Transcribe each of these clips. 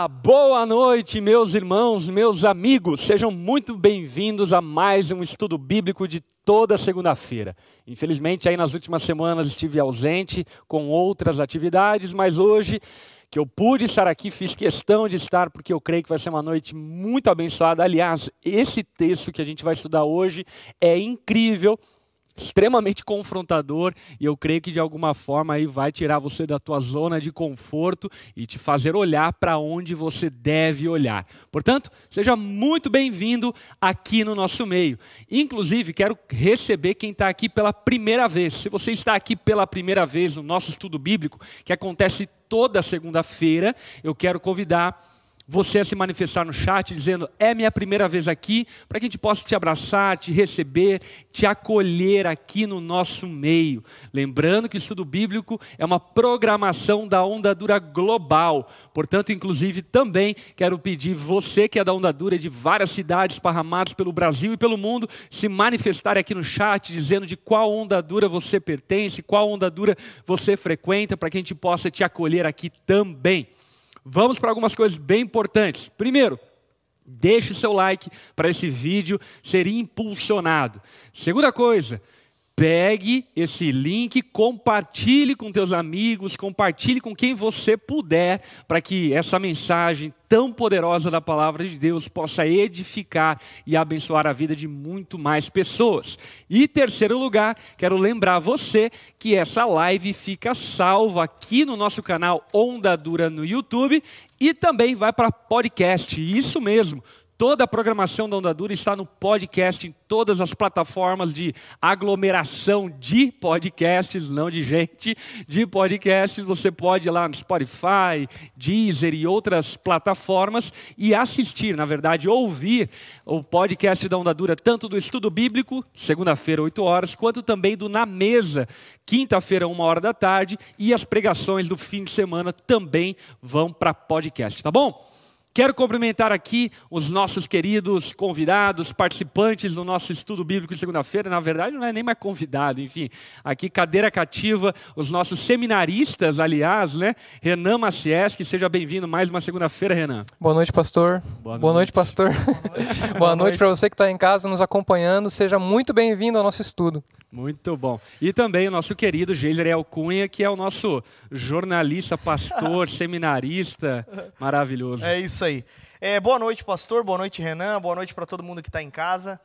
Boa noite, meus irmãos, meus amigos. Sejam muito bem-vindos a mais um estudo bíblico de toda segunda-feira. Infelizmente, aí nas últimas semanas estive ausente com outras atividades, mas hoje que eu pude estar aqui, fiz questão de estar, porque eu creio que vai ser uma noite muito abençoada. Aliás, esse texto que a gente vai estudar hoje é incrível, extremamente confrontador, e eu creio que de alguma forma aí vai tirar você da tua zona de conforto e te fazer olhar para onde você deve olhar. Portanto, seja muito bem-vindo aqui no nosso meio. Inclusive, quero receber quem está aqui pela primeira vez. Se você está aqui pela primeira vez no nosso estudo bíblico, que acontece toda segunda-feira, eu quero convidar você a se manifestar no chat dizendo: é minha primeira vez aqui, para que a gente possa te abraçar, te receber, te acolher aqui no nosso meio. Lembrando que o estudo bíblico é uma programação da Onda Dura Global. Portanto, inclusive, também quero pedir você que é da Onda Dura de várias cidades esparramadas pelo Brasil e pelo mundo, se manifestar aqui no chat dizendo de qual Onda Dura você pertence, qual Onda Dura você frequenta, para que a gente possa te acolher aqui também. Vamos para algumas coisas bem importantes. Primeiro, deixe o seu like para esse vídeo ser impulsionado. Segunda coisa, pegue esse link, compartilhe com teus amigos, compartilhe com quem você puder, para que essa mensagem tão poderosa da palavra de Deus possa edificar e abençoar a vida de muito mais pessoas. E terceiro lugar, quero lembrar você que essa live fica salva aqui no nosso canal Onda Dura no YouTube e também vai para podcast, isso mesmo. Toda a programação da Onda Dura está no podcast, em todas as plataformas de aglomeração de podcasts, não de gente, de podcasts. Você pode ir lá no Spotify, Deezer e outras plataformas e assistir, na verdade, ouvir o podcast da Onda Dura, tanto do estudo bíblico, segunda-feira, 8 horas, quanto também do Na Mesa, quinta-feira, 1 hora da tarde, e as pregações do fim de semana também vão para podcast, tá bom? Quero cumprimentar aqui os nossos queridos convidados, participantes do nosso estudo bíblico de segunda-feira. Na verdade, não é nem mais convidado, enfim. Aqui, cadeira cativa, os nossos seminaristas, aliás, né? Renan Macieski, seja bem-vindo mais uma segunda-feira, Renan. Boa noite, pastor. Boa noite, pastor. Boa noite para você que está em casa nos acompanhando. Seja muito bem-vindo ao nosso estudo. Muito bom. E também o nosso querido Geiseriel Cunha, que é o nosso jornalista, pastor, seminarista, maravilhoso. É isso aí. Boa noite, pastor. Boa noite, Renan. Boa noite para todo mundo que está em casa.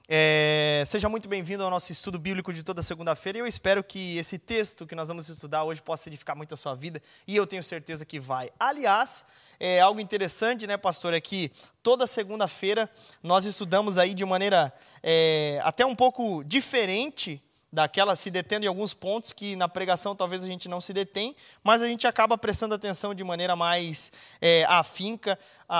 Seja muito bem-vindo ao nosso estudo bíblico de toda segunda-feira. E eu espero que esse texto que nós vamos estudar hoje possa edificar muito a sua vida. E eu tenho certeza que vai. Aliás, algo interessante, né, pastor, é que toda segunda-feira nós estudamos aí de maneira até um pouco diferente daquela, se detendo em alguns pontos que na pregação talvez a gente não se detém, mas a gente acaba prestando atenção de maneira mais afinca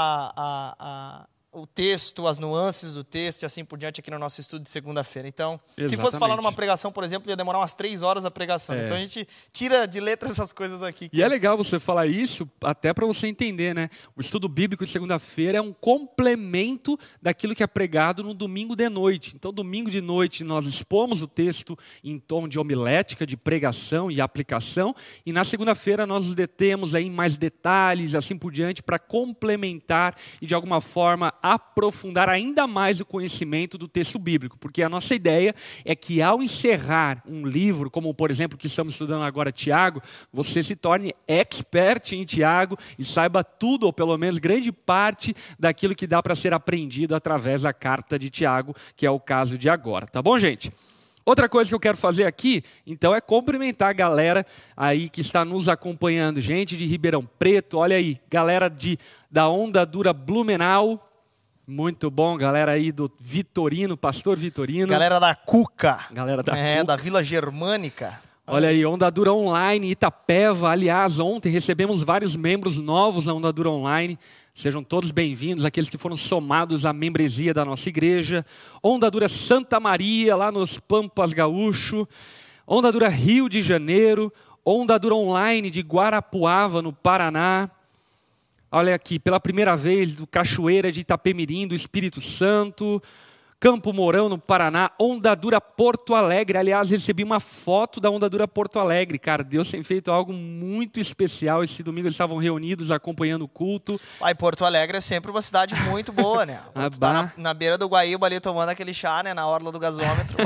o texto, as nuances do texto e assim por diante aqui no nosso estudo de segunda-feira. Então, se fosse falar numa pregação, por exemplo, ia demorar umas 3 horas a pregação. Então a gente tira de letra essas coisas aqui. E é legal você falar isso, até para você entender, né? O estudo bíblico de segunda-feira é um complemento daquilo que é pregado no domingo de noite. Então, domingo de noite, nós expomos o texto em tom de homilética, de pregação e aplicação, e na segunda-feira nós nos detemos aí em mais detalhes, assim por diante, para complementar e de alguma forma aprofundar ainda mais o conhecimento do texto bíblico, porque a nossa ideia é que ao encerrar um livro, como por exemplo que estamos estudando agora Tiago, você se torne expert em Tiago e saiba tudo, ou pelo menos grande parte daquilo que dá para ser aprendido através da carta de Tiago, que é o caso de agora, tá bom, gente? Outra coisa que eu quero fazer aqui, então, é cumprimentar a galera aí que está nos acompanhando, gente de Ribeirão Preto, olha aí, galera da Onda Dura Blumenau. Muito bom, galera aí do Vitorino, pastor Vitorino. Galera da Cuca. Galera da Cuca. Da Vila Germânica. Olha aí, Onda Dura Online, Itapeva. Aliás, ontem recebemos vários membros novos da Onda Dura Online. Sejam todos bem-vindos, aqueles que foram somados à membresia da nossa igreja. Onda Dura Santa Maria, lá nos Pampas Gaúcho. Onda Dura Rio de Janeiro. Onda Dura Online de Guarapuava, no Paraná. Olha aqui, pela primeira vez, do Cachoeira de Itapemirim, do Espírito Santo. Campo Mourão, no Paraná, Onda Dura Porto Alegre. Aliás, recebi uma foto da Onda Dura Porto Alegre, cara. Deus tem feito algo muito especial. Esse domingo eles estavam reunidos, acompanhando o culto. Aí Porto Alegre é sempre uma cidade muito boa, né? Tá na beira do Guaíba ali, tomando aquele chá, né? Na orla do gasômetro.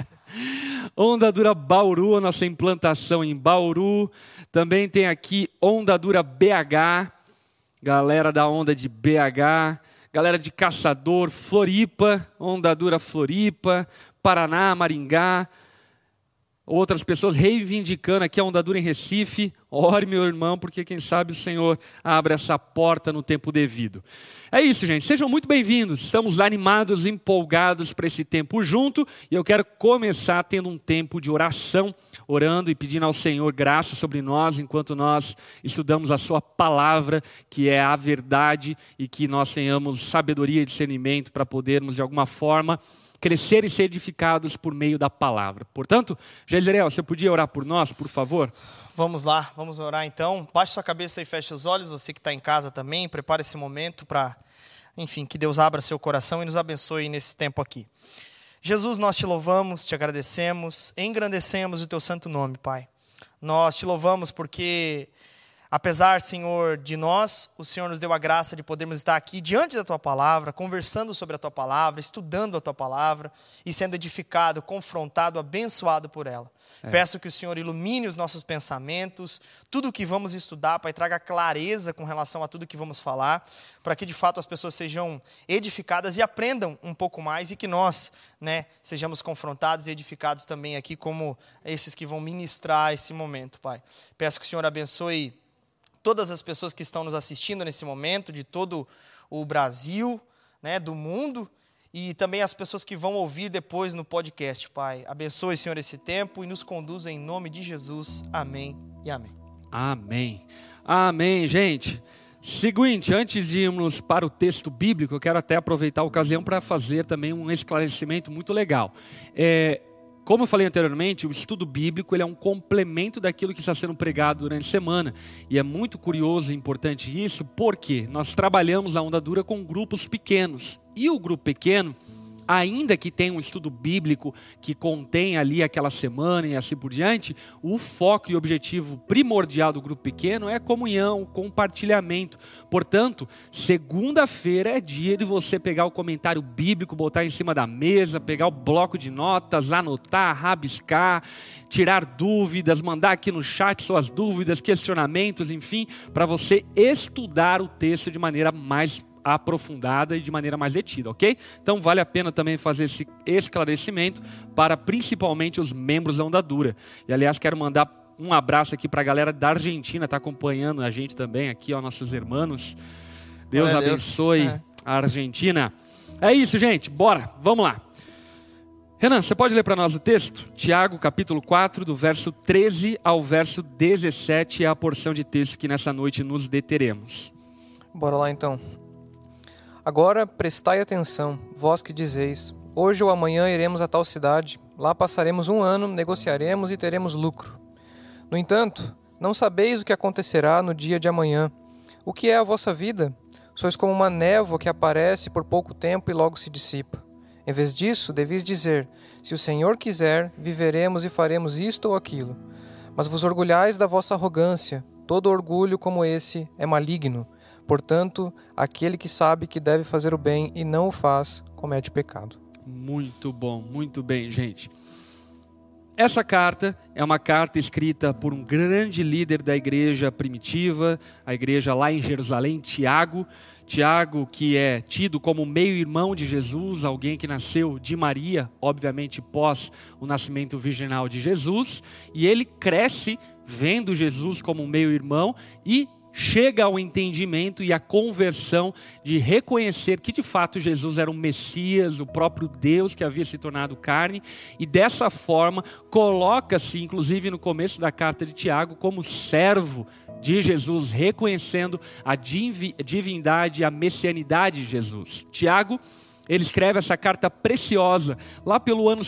Onda Dura Bauru, a nossa implantação em Bauru. Também tem aqui Onda Dura BH, galera da Onda de BH. Galera de Caçador, Floripa, Onda Dura Floripa, Paraná, Maringá. Outras pessoas reivindicando aqui a Onda Dura em Recife. Ore, meu irmão, porque quem sabe o Senhor abre essa porta no tempo devido. É isso, gente. Sejam muito bem-vindos. Estamos animados, empolgados para esse tempo junto. E eu quero começar tendo um tempo de oração, orando e pedindo ao Senhor graça sobre nós, enquanto nós estudamos a sua palavra, que é a verdade, e que nós tenhamos sabedoria e discernimento para podermos, de alguma forma, crescer e ser edificados por meio da palavra. Portanto, Jezreel, você podia orar por nós, por favor? Vamos lá, vamos orar então. Baixe sua cabeça e feche os olhos. Você que está em casa também, prepare esse momento para, enfim, que Deus abra seu coração e nos abençoe nesse tempo aqui. Jesus, nós te louvamos, te agradecemos, engrandecemos o teu santo nome, Pai. Nós te louvamos porque, apesar, Senhor, de nós, o Senhor nos deu a graça de podermos estar aqui diante da Tua Palavra, conversando sobre a Tua Palavra, estudando a Tua Palavra e sendo edificado, confrontado, abençoado por ela. Peço que o Senhor ilumine os nossos pensamentos, tudo o que vamos estudar, Pai, traga clareza com relação a tudo que vamos falar, para que de fato as pessoas sejam edificadas e aprendam um pouco mais e que nós, sejamos confrontados e edificados também aqui como esses que vão ministrar esse momento, Pai. Peço que o Senhor abençoe todas as pessoas que estão nos assistindo nesse momento, de todo o Brasil, do mundo, e também as pessoas que vão ouvir depois no podcast, Pai. Abençoe, Senhor, esse tempo e nos conduza em nome de Jesus. Amém e amém. Amém. Amém, gente. Seguinte, antes de irmos para o texto bíblico, eu quero até aproveitar a ocasião para fazer também um esclarecimento muito legal. Como eu falei anteriormente, o estudo bíblico ele é um complemento daquilo que está sendo pregado durante a semana. E é muito curioso e importante isso, porque nós trabalhamos a Onda Dura com grupos pequenos. E o grupo pequeno, ainda que tenha um estudo bíblico que contém ali aquela semana e assim por diante, o foco e objetivo primordial do grupo pequeno é comunhão, compartilhamento. Portanto, segunda-feira é dia de você pegar o comentário bíblico, botar em cima da mesa, pegar o bloco de notas, anotar, rabiscar, tirar dúvidas, mandar aqui no chat suas dúvidas, questionamentos, enfim, para você estudar o texto de maneira mais aprofundada e de maneira mais detida, ok? Então vale a pena também fazer esse esclarecimento para principalmente os membros da Onda Dura. E aliás, quero mandar um abraço aqui para a galera da Argentina, está acompanhando a gente também aqui, ó, nossos irmãos. Deus abençoe a Argentina. É isso, gente, bora, vamos lá. Renan, você pode ler para nós o texto? Tiago, capítulo 4, do verso 13 ao verso 17, é a porção de texto que nessa noite nos deteremos. Bora lá então. Agora prestai atenção, vós que dizeis, hoje ou amanhã iremos a tal cidade, lá passaremos 1 ano, negociaremos e teremos lucro. No entanto, não sabeis o que acontecerá no dia de amanhã. O que é a vossa vida? Sois como uma névoa que aparece por pouco tempo e logo se dissipa. Em vez disso, deveis dizer, se o Senhor quiser, viveremos e faremos isto ou aquilo. Mas vos orgulhais da vossa arrogância, todo orgulho como esse é maligno. Portanto, aquele que sabe que deve fazer o bem e não o faz, comete pecado. Muito bom, muito bem, gente. Essa carta é uma carta escrita por um grande líder da igreja primitiva, a igreja lá em Jerusalém, Tiago. Tiago, que é tido como meio-irmão de Jesus, alguém que nasceu de Maria, obviamente pós o nascimento virginal de Jesus. E ele cresce vendo Jesus como meio-irmão e chega ao entendimento e à conversão de reconhecer que de fato Jesus era o Messias, o próprio Deus que havia se tornado carne, e dessa forma coloca-se, inclusive no começo da carta de Tiago, como servo de Jesus, reconhecendo a divindade e a messianidade de Jesus. Tiago Ele escreve essa carta preciosa lá pelo ano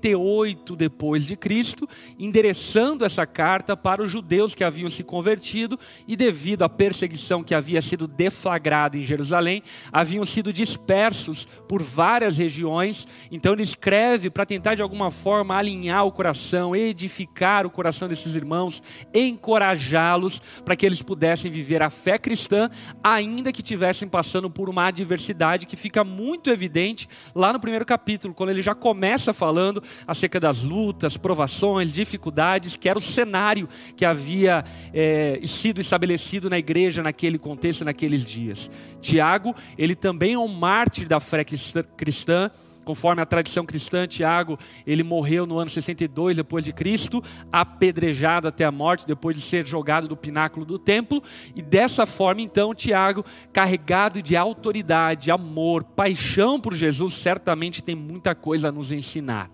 58 depois de Cristo, endereçando essa carta para os judeus que haviam se convertido e devido à perseguição que havia sido deflagrada em Jerusalém, haviam sido dispersos por várias regiões. Então ele escreve para tentar de alguma forma alinhar o coração, edificar o coração desses irmãos, encorajá-los para que eles pudessem viver a fé cristã, ainda que estivessem passando por uma adversidade que fica muito evidente lá no primeiro capítulo, quando ele já começa falando acerca das lutas, provações, dificuldades, que era o cenário que havia sido estabelecido na igreja naquele contexto, naqueles dias. Tiago, ele também é um mártir da fé cristã. Conforme a tradição cristã, Tiago, ele morreu no ano 62 depois de Cristo, apedrejado até a morte, depois de ser jogado do pináculo do templo. E dessa forma, então, Tiago, carregado de autoridade, amor, paixão por Jesus, certamente tem muita coisa a nos ensinar.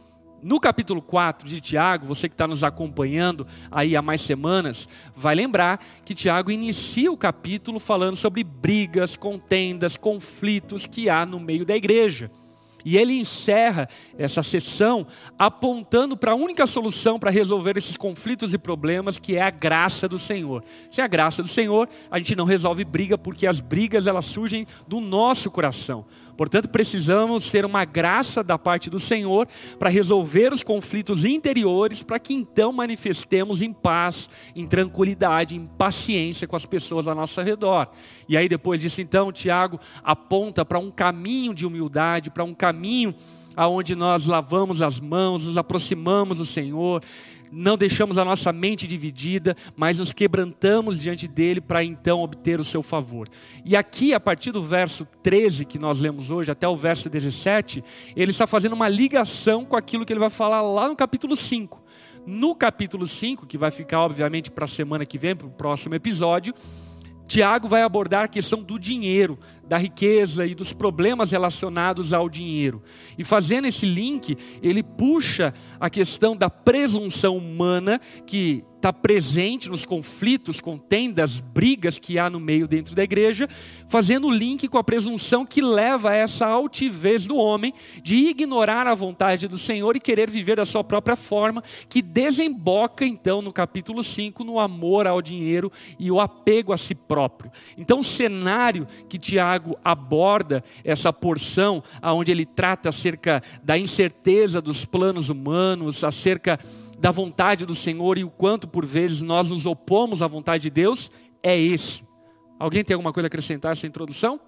No capítulo 4 de Tiago, você que está nos acompanhando aí há mais semanas, vai lembrar que Tiago inicia o capítulo falando sobre brigas, contendas, conflitos que há no meio da igreja. E ele encerra essa sessão apontando para a única solução para resolver esses conflitos e problemas, que é a graça do Senhor. Sem a graça do Senhor, a gente não resolve briga, porque as brigas elas surgem do nosso coração. Portanto, precisamos ter uma graça da parte do Senhor para resolver os conflitos interiores, para que então manifestemos em paz, em tranquilidade, em paciência com as pessoas ao nosso redor. E aí depois disso então, Tiago aponta para um caminho de humildade, para um caminho aonde nós lavamos as mãos, nos aproximamos do Senhor, não deixamos a nossa mente dividida, mas nos quebrantamos diante dele para então obter o seu favor. E aqui, a partir do verso 13 que nós lemos hoje, até o verso 17, ele está fazendo uma ligação com aquilo que ele vai falar lá no capítulo 5. No capítulo 5, que vai ficar obviamente para a semana que vem, para o próximo episódio, Tiago vai abordar a questão do dinheiro, da riqueza e dos problemas relacionados ao dinheiro. E fazendo esse link, ele puxa a questão da presunção humana que está presente nos conflitos, contendas, brigas que há no meio dentro da igreja, fazendo o link com a presunção que leva a essa altivez do homem de ignorar a vontade do Senhor e querer viver da sua própria forma, que desemboca então no capítulo 5 no amor ao dinheiro e o apego a si próprio. Então o cenário que Tiago aborda essa porção, onde ele trata acerca da incerteza dos planos humanos, acerca da vontade do Senhor e o quanto por vezes nós nos opomos à vontade de Deus, é esse. Alguém tem alguma coisa a acrescentar a essa introdução?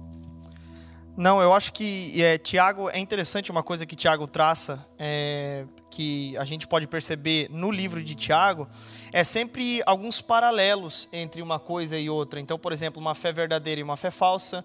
Não, eu acho que Tiago, é interessante uma coisa que Tiago traça, que a gente pode perceber no livro de Tiago, é sempre alguns paralelos entre uma coisa e outra. Então, por exemplo, uma fé verdadeira e uma fé falsa,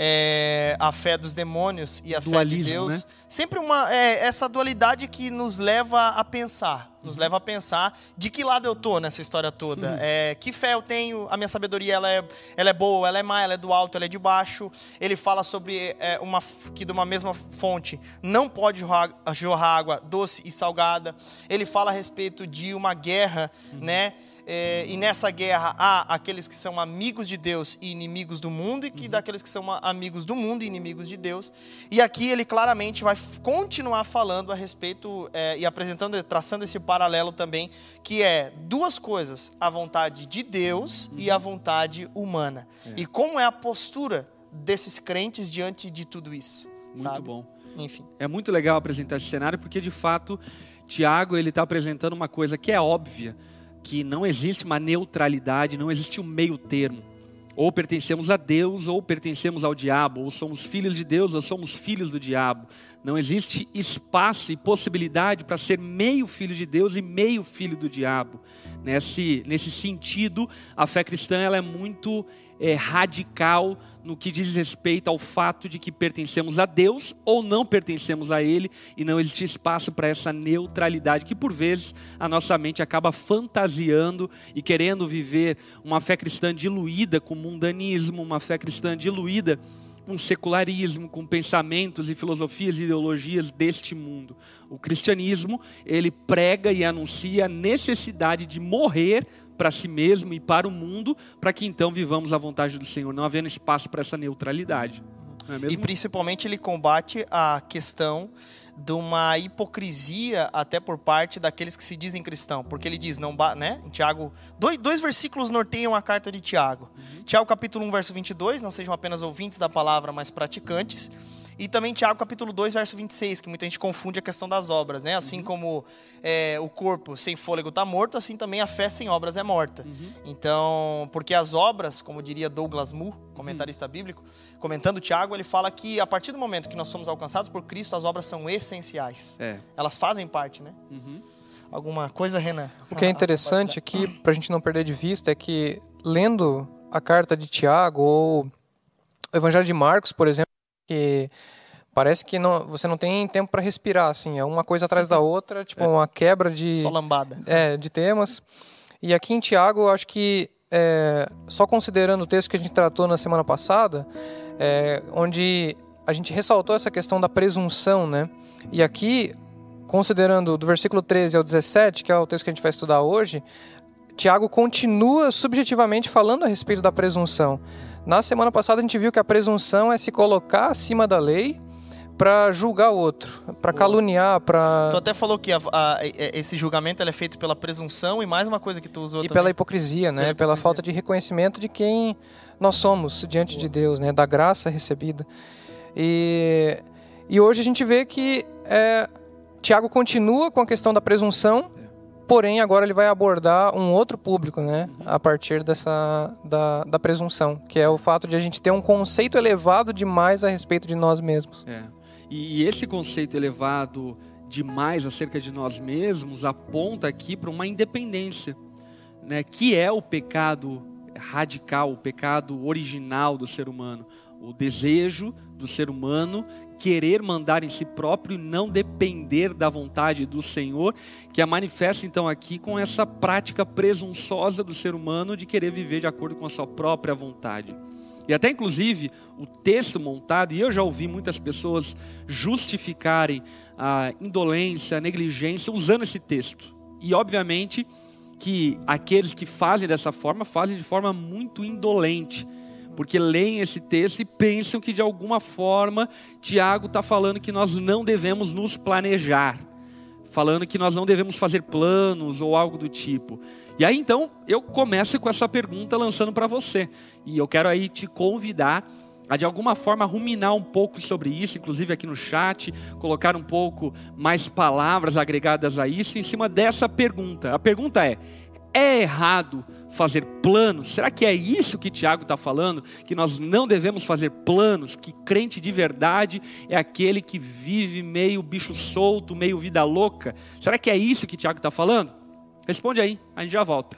a fé dos demônios e a fé de Deus. Né? Sempre essa dualidade que nos leva a pensar. Nos leva a pensar de que lado eu estou nessa história toda. Que fé eu tenho, a minha sabedoria ela é boa, ela é má, ela é do alto, ela é de baixo. Ele fala sobre que de uma mesma fonte não pode jorrar água doce e salgada. Ele fala a respeito de uma guerra, né? E nessa guerra há aqueles que são amigos de Deus e inimigos do mundo, e daqueles que são amigos do mundo e inimigos de Deus. E aqui ele claramente vai continuar falando a respeito e apresentando, traçando esse paralelo também, que é duas coisas: a vontade de Deus e a vontade humana. E como é a postura desses crentes diante de tudo isso. Muito bom. Enfim. É muito legal apresentar esse cenário, porque de fato Tiago está apresentando uma coisa que é óbvia, que não existe uma neutralidade, não existe um meio termo. Ou pertencemos a Deus, ou pertencemos ao diabo, ou somos filhos de Deus, ou somos filhos do diabo. Não existe espaço e possibilidade para ser meio filho de Deus e meio filho do diabo. Nesse sentido, a fé cristã ela é muito radical no que diz respeito ao fato de que pertencemos a Deus ou não pertencemos a Ele, e não existe espaço para essa neutralidade que por vezes a nossa mente acaba fantasiando e querendo viver uma fé cristã diluída com mundanismo, uma fé cristã diluída com secularismo, com pensamentos e filosofias e ideologias deste mundo. O cristianismo, ele prega e anuncia a necessidade de morrer para si mesmo e para o mundo, para que então vivamos a vontade do Senhor, não havendo espaço para essa neutralidade. Não é mesmo? E principalmente ele combate a questão de uma hipocrisia até por parte daqueles que se dizem cristão. Porque ele diz, né? Em Tiago, dois versículos norteiam a carta de Tiago. Tiago capítulo 1, verso 22, não sejam apenas ouvintes da palavra, mas praticantes. E também Tiago capítulo 2, verso 26, que muita gente confunde a questão das obras, né? Assim como o corpo sem fôlego está morto, assim também a fé sem obras é morta. Então, porque as obras, como diria Douglas Moo, comentarista bíblico, comentando Tiago, ele fala que a partir do momento que nós somos alcançados por Cristo, as obras são essenciais. Elas fazem parte, né? Alguma coisa, Renan? O que é interessante aqui, para a gente não perder de vista, é que lendo a carta de Tiago ou o Evangelho de Marcos, por exemplo, que parece que você não tem tempo para respirar, assim, é uma coisa atrás da outra, tipo uma quebra de... Só lambada. De temas. E aqui em Tiago, eu acho que, só considerando o texto que a gente tratou na semana passada, onde a gente ressaltou essa questão da presunção, né? E aqui, considerando do versículo 13 ao 17, que é o texto que a gente vai estudar hoje, Tiago continua subjetivamente falando a respeito da presunção. Na semana passada a gente viu que a presunção é se colocar acima da lei para julgar o outro, para caluniar, para... Tu até falou que esse julgamento ele é feito pela presunção e mais uma coisa que tu usou também. Pela hipocrisia, né? Pela falta de reconhecimento de quem nós somos diante de Deus, né? Da graça recebida. E hoje a gente vê que Tiago continua com a questão da presunção, porém agora ele vai abordar um outro público, né? A partir da presunção, que é o fato de a gente ter um conceito elevado demais a respeito de nós mesmos. E esse conceito elevado demais acerca de nós mesmos aponta aqui para uma independência, né? Que é o pecado radical, o pecado original do ser humano. O desejo do ser humano querer mandar em si próprio e não depender da vontade do Senhor, que a manifesta então aqui com essa prática presunçosa do ser humano de querer viver de acordo com a sua própria vontade. E até inclusive o texto montado, e eu já ouvi muitas pessoas justificarem a indolência, a negligência usando esse texto. E obviamente que aqueles que fazem dessa forma, fazem de forma muito indolente, porque leem esse texto e pensam que de alguma forma Tiago está falando que nós não devemos nos planejar, falando que nós não devemos fazer planos ou algo do tipo. E aí então eu começo com essa pergunta lançando para você, e eu quero aí te convidar a de alguma forma ruminar um pouco sobre isso, inclusive aqui no chat, colocar um pouco mais palavras agregadas a isso em cima dessa pergunta. A pergunta é errado fazer planos? Será que é isso que Tiago está falando? Que nós não devemos fazer planos? Que crente de verdade é aquele que vive meio bicho solto, meio vida louca? Será que é isso que Tiago está falando? Responde aí, a gente já volta.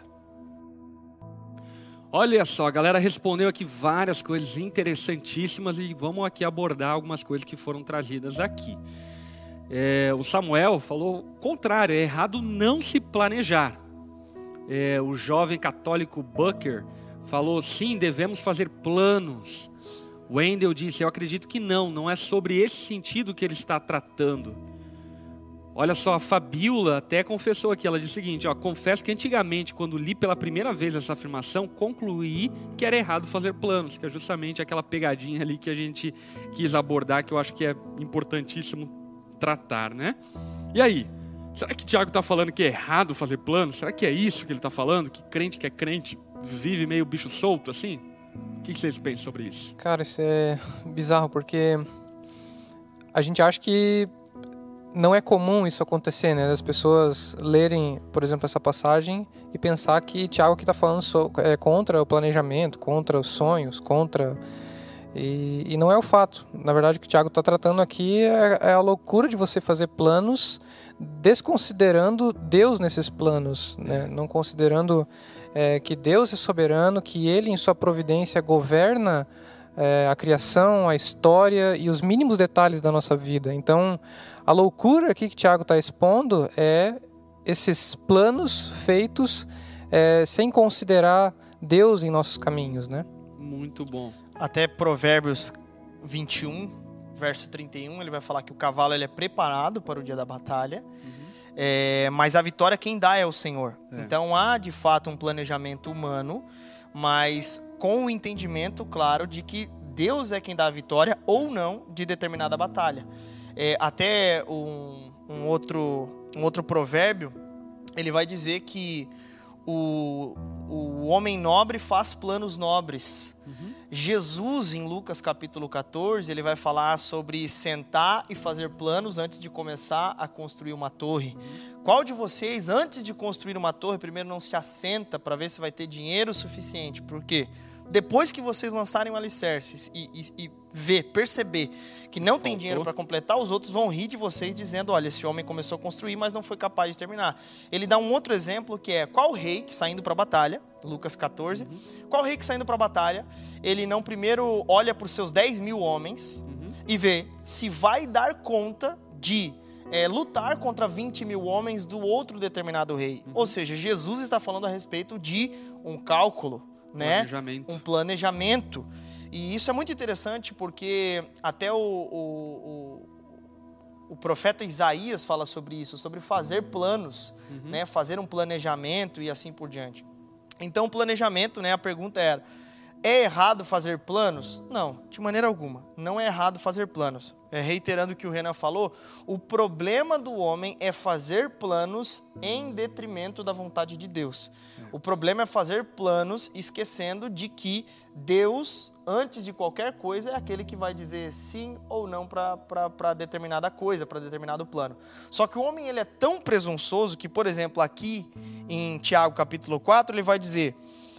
Olha só, a galera respondeu aqui várias coisas interessantíssimas e vamos aqui abordar algumas coisas que foram trazidas aqui. O Samuel falou o contrário, é errado não se planejar. O jovem católico Bucker falou, sim, devemos fazer planos. O Wendel disse, eu acredito que não é sobre esse sentido que ele está tratando. Olha só, a Fabiola até confessou aqui, ela disse o seguinte, confesso que antigamente, quando li pela primeira vez essa afirmação, concluí que era errado fazer planos, que é justamente aquela pegadinha ali que a gente quis abordar, que eu acho que é importantíssimo tratar, né? E aí? Será que Tiago está falando que é errado fazer planos? Será que é isso que ele está falando? Que é crente vive meio bicho solto assim? O que vocês pensam sobre isso? Cara, isso é bizarro, porque a gente acha que não é comum isso acontecer, né? Das pessoas lerem, por exemplo, essa passagem e pensar que Tiago aqui está falando contra o planejamento, contra os sonhos, contra... E não é o fato. Na verdade, o que o Tiago está tratando aqui é a loucura de você fazer planos desconsiderando Deus nesses planos, né? Não considerando que Deus é soberano, que Ele, em sua providência, governa a criação, a história e os mínimos detalhes da nossa vida. Então, a loucura aqui que o Tiago está expondo é esses planos feitos sem considerar Deus em nossos caminhos, né? Muito bom. Até Provérbios 21, verso 31, ele vai falar que o cavalo ele é preparado para o dia da batalha, mas a vitória quem dá é o Senhor. Então há de fato um planejamento humano, mas com o entendimento, claro, de que Deus é quem dá a vitória ou não de determinada batalha. Até um outro provérbio, ele vai dizer que o homem nobre faz planos nobres. Jesus, em Lucas capítulo 14, ele vai falar sobre sentar e fazer planos antes de começar a construir uma torre. Qual de vocês, antes de construir uma torre, primeiro não se assenta para ver se vai ter dinheiro suficiente? Por quê? Depois que vocês lançarem o alicerce e perceber que não tem dinheiro para completar, os outros vão rir de vocês dizendo, olha, esse homem começou a construir, mas não foi capaz de terminar. Ele dá um outro exemplo que é, qual rei que saindo para a batalha, Lucas 14, qual rei que saindo para a batalha, ele não primeiro olha para os seus 10 mil homens e vê se vai dar conta de lutar contra 20 mil homens do outro determinado rei. Ou seja, Jesus está falando a respeito de um cálculo, né? Um planejamento. E isso é muito interessante porque até o profeta Isaías fala sobre isso, sobre fazer planos, né? Fazer um planejamento e assim por diante. Então, o planejamento, né? A pergunta era, é errado fazer planos? Não, de maneira alguma. Não é errado fazer planos. Reiterando o que o Renan falou, o problema do homem é fazer planos em detrimento da vontade de Deus. O problema é fazer planos esquecendo de que Deus, antes de qualquer coisa, é aquele que vai dizer sim ou não para determinada coisa, para determinado plano. Só que o homem ele é tão presunçoso que, por exemplo, aqui em Tiago capítulo 4, ele vai dizer,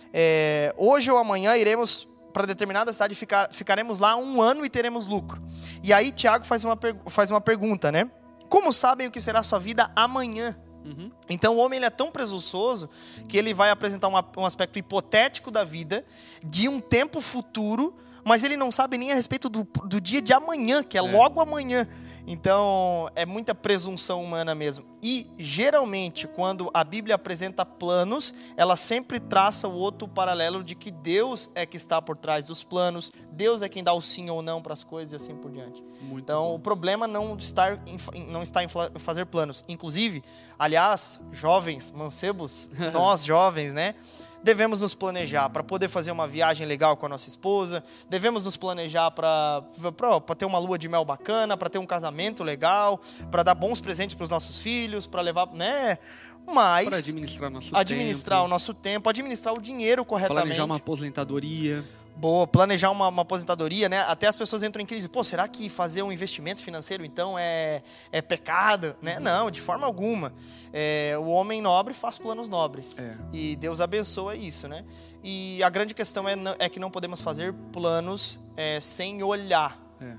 hoje ou amanhã iremos para determinada cidade, ficaremos lá 1 ano e teremos lucro. E aí Tiago faz uma pergunta, né? Como sabem o que será a sua vida amanhã? Então o homem ele é tão presunçoso que ele vai apresentar um aspecto hipotético da vida, de um tempo futuro, mas ele não sabe nem a respeito do dia de amanhã, que é logo amanhã. Então, é muita presunção humana mesmo. E, geralmente, quando a Bíblia apresenta planos, ela sempre traça o outro paralelo de que Deus é que está por trás dos planos, Deus é quem dá o sim ou não para as coisas e assim por diante. Então, o problema não está em fazer planos. Inclusive, aliás, jovens, mancebos, nós jovens, né? Devemos nos planejar para poder fazer uma viagem legal com a nossa esposa. Devemos nos planejar para ter uma lua de mel bacana, para ter um casamento legal, para dar bons presentes para os nossos filhos, para levar, né? Mas para administrar o nosso tempo, administrar o dinheiro corretamente. Planejar uma aposentadoria. Boa, planejar uma aposentadoria, né? Até as pessoas entram em crise. Pô, será que fazer um investimento financeiro, então, é pecado? Né? Não, de forma alguma. O homem nobre faz planos nobres. E Deus abençoa isso, né? E a grande questão é que não podemos fazer planos sem olhar.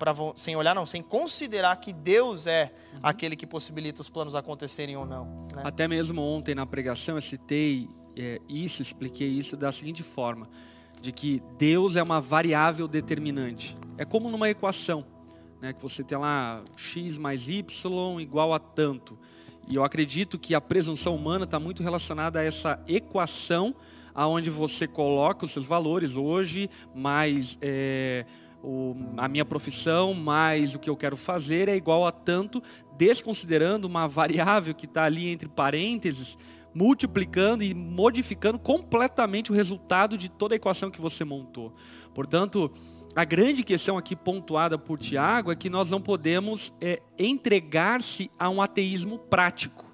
Sem considerar que Deus é aquele que possibilita os planos acontecerem ou não. Né? Até mesmo ontem na pregação eu citei expliquei isso da seguinte forma, de que Deus é uma variável determinante. É como numa equação, né, que você tem lá x mais y igual a tanto. E eu acredito que a presunção humana está muito relacionada a essa equação, aonde você coloca os seus valores hoje, mais a minha profissão, mais o que eu quero fazer é igual a tanto, desconsiderando uma variável que está ali entre parênteses, multiplicando e modificando completamente o resultado de toda a equação que você montou. Portanto, a grande questão aqui pontuada por Tiago é que nós não podemos entregar-se a um ateísmo prático.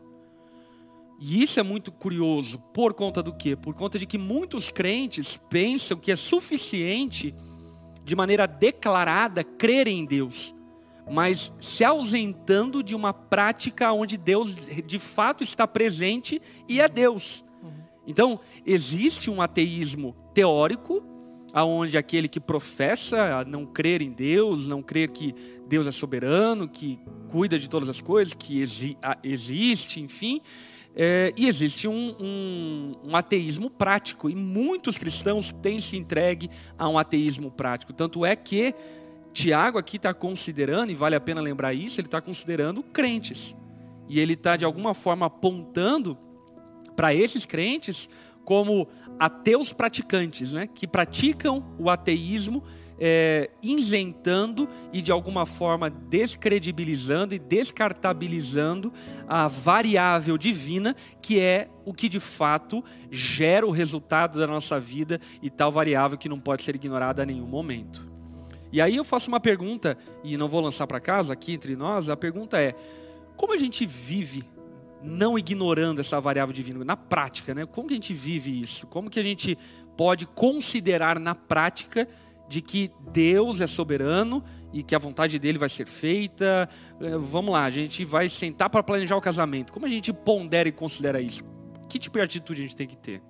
E isso é muito curioso. Por conta do quê? Por conta de que muitos crentes pensam que é suficiente, de maneira declarada, crer em Deus, mas se ausentando de uma prática onde Deus de fato está presente e é Deus. Então, existe um ateísmo teórico, onde aquele que professa não crer em Deus, não crer que Deus é soberano, que cuida de todas as coisas, que existe, enfim. E existe um ateísmo prático, e muitos cristãos têm se entregue a um ateísmo prático. Tanto é que Tiago aqui está considerando, e vale a pena lembrar isso, ele está considerando crentes. E ele está, de alguma forma, apontando para esses crentes como ateus praticantes, né? Que praticam o ateísmo, isentando e, de alguma forma, descredibilizando e descartabilizando a variável divina, que é o que, de fato, gera o resultado da nossa vida, e tal variável que não pode ser ignorada a nenhum momento. E aí eu faço uma pergunta, e não vou lançar para casa, aqui entre nós, a pergunta é, como a gente vive não ignorando essa variável divina? Na prática, né? Como que a gente vive isso? Como que a gente pode considerar na prática de que Deus é soberano e que a vontade dele vai ser feita? Vamos lá, a gente vai sentar para planejar o casamento. Como a gente pondera e considera isso? Que tipo de atitude a gente tem que ter?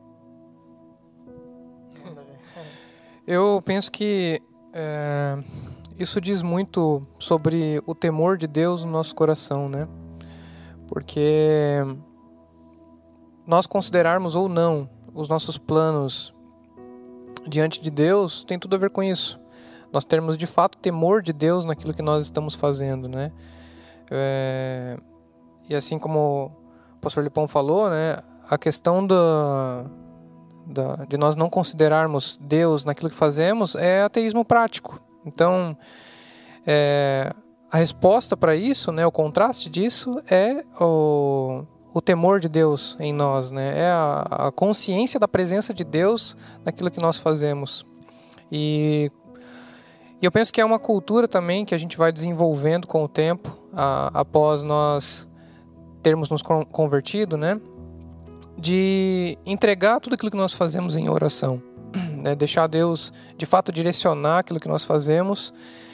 Eu penso que isso diz muito sobre o temor de Deus no nosso coração, né? Porque nós considerarmos ou não os nossos planos diante de Deus tem tudo a ver com isso. Nós termos de fato temor de Deus naquilo que nós estamos fazendo, né? E assim como o pastor Lipão falou, né? A questão de nós não considerarmos Deus naquilo que fazemos é ateísmo prático. Então, a resposta para isso, né, o contraste disso é o temor de Deus em nós, né? É a consciência da presença de Deus naquilo que nós fazemos. E eu penso que é uma cultura também que a gente vai desenvolvendo com o tempo, após nós termos nos convertido, né? De entregar tudo aquilo que nós fazemos em oração, né? Deixar Deus de fato direcionar aquilo que nós fazemos.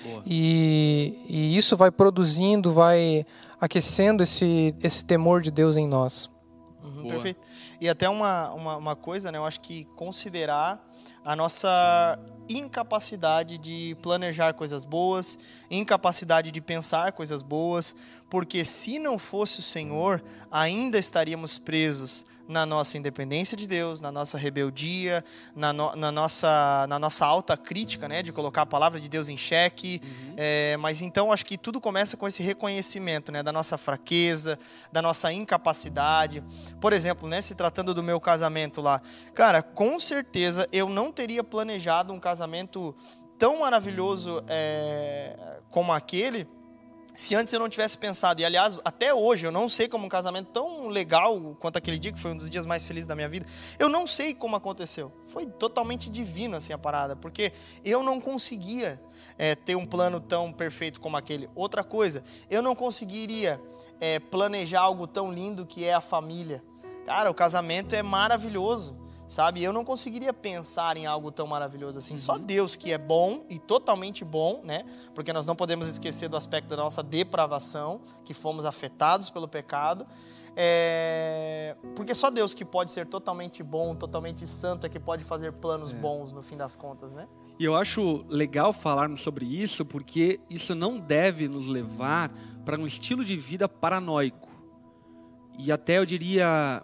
E isso vai produzindo, vai aquecendo esse temor de Deus em nós. Perfeito. E até uma coisa, né? Eu acho que considerar a nossa incapacidade de planejar coisas boas, incapacidade de pensar coisas boas, porque se não fosse o Senhor, ainda estaríamos presos na nossa independência de Deus, na nossa rebeldia, na nossa alta crítica, né, de colocar a palavra de Deus em xeque. Mas então acho que tudo começa com esse reconhecimento, né, da nossa fraqueza, da nossa incapacidade. Por exemplo, né, se tratando do meu casamento lá, cara, com certeza eu não teria planejado um casamento tão maravilhoso como aquele, se antes eu não tivesse pensado. E aliás, até hoje, eu não sei como um casamento tão legal quanto aquele dia, que foi um dos dias mais felizes da minha vida, eu não sei como aconteceu. Foi totalmente divino assim a parada, porque eu não conseguia ter um plano tão perfeito como aquele. Outra coisa, eu não conseguiria planejar algo tão lindo que é a família. Cara, o casamento é maravilhoso, sabe? Eu não conseguiria pensar em algo tão maravilhoso assim. Só Deus, que é bom e totalmente bom, né? Porque nós não podemos esquecer do aspecto da nossa depravação, que fomos afetados pelo pecado. Porque só Deus que pode ser totalmente bom, totalmente santo, é que pode fazer planos bons no fim das contas, né? E eu acho legal falarmos sobre isso, porque isso não deve nos levar para um estilo de vida paranoico. E até eu diria,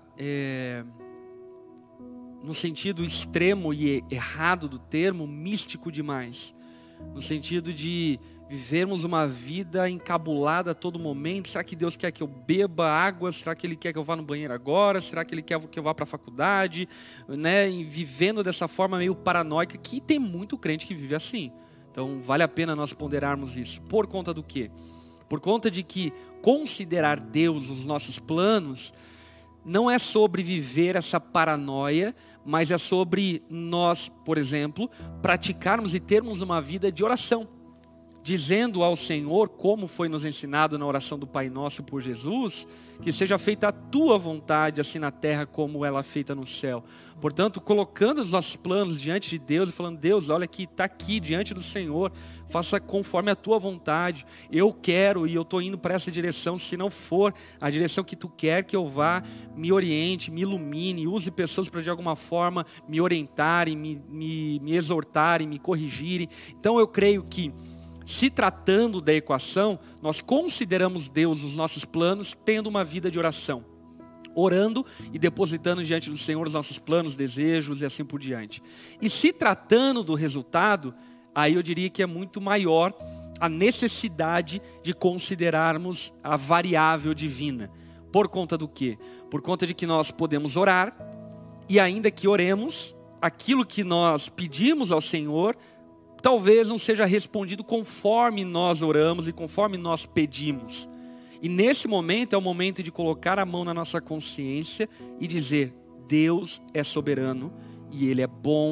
no sentido extremo e errado do termo, místico demais. No sentido de vivermos uma vida encabulada a todo momento. Será que Deus quer que eu beba água? Será que Ele quer que eu vá no banheiro agora? Será que Ele quer que eu vá para a faculdade? Né? E vivendo dessa forma meio paranoica, que tem muito crente que vive assim. Então vale a pena nós ponderarmos isso. Por conta do quê? Por conta de que considerar Deus os nossos planos não é sobre viver essa paranoia, mas é sobre nós, por exemplo, praticarmos e termos uma vida de oração, dizendo ao Senhor, como foi nos ensinado na oração do Pai Nosso por Jesus, que seja feita a tua vontade, assim na terra como ela é feita no céu. Portanto, colocando os nossos planos diante de Deus e falando, Deus, olha que está aqui diante do Senhor, faça conforme a tua vontade. Eu quero e eu estou indo para essa direção. Se não for a direção que tu quer que eu vá, me oriente, me ilumine, use pessoas para de alguma forma me orientarem, me exortarem, me corrigirem. Então eu creio que, se tratando da equação, nós consideramos Deus os nossos planos, tendo uma vida de oração, orando e depositando diante do Senhor os nossos planos, desejos e assim por diante. E se tratando do resultado, aí eu diria que é muito maior a necessidade de considerarmos a variável divina. Por conta do quê? Por conta de que nós podemos orar e ainda que oremos, aquilo que nós pedimos ao Senhor talvez não seja respondido conforme nós oramos e conforme nós pedimos. E nesse momento é o momento de colocar a mão na nossa consciência e dizer, Deus é soberano e Ele é bom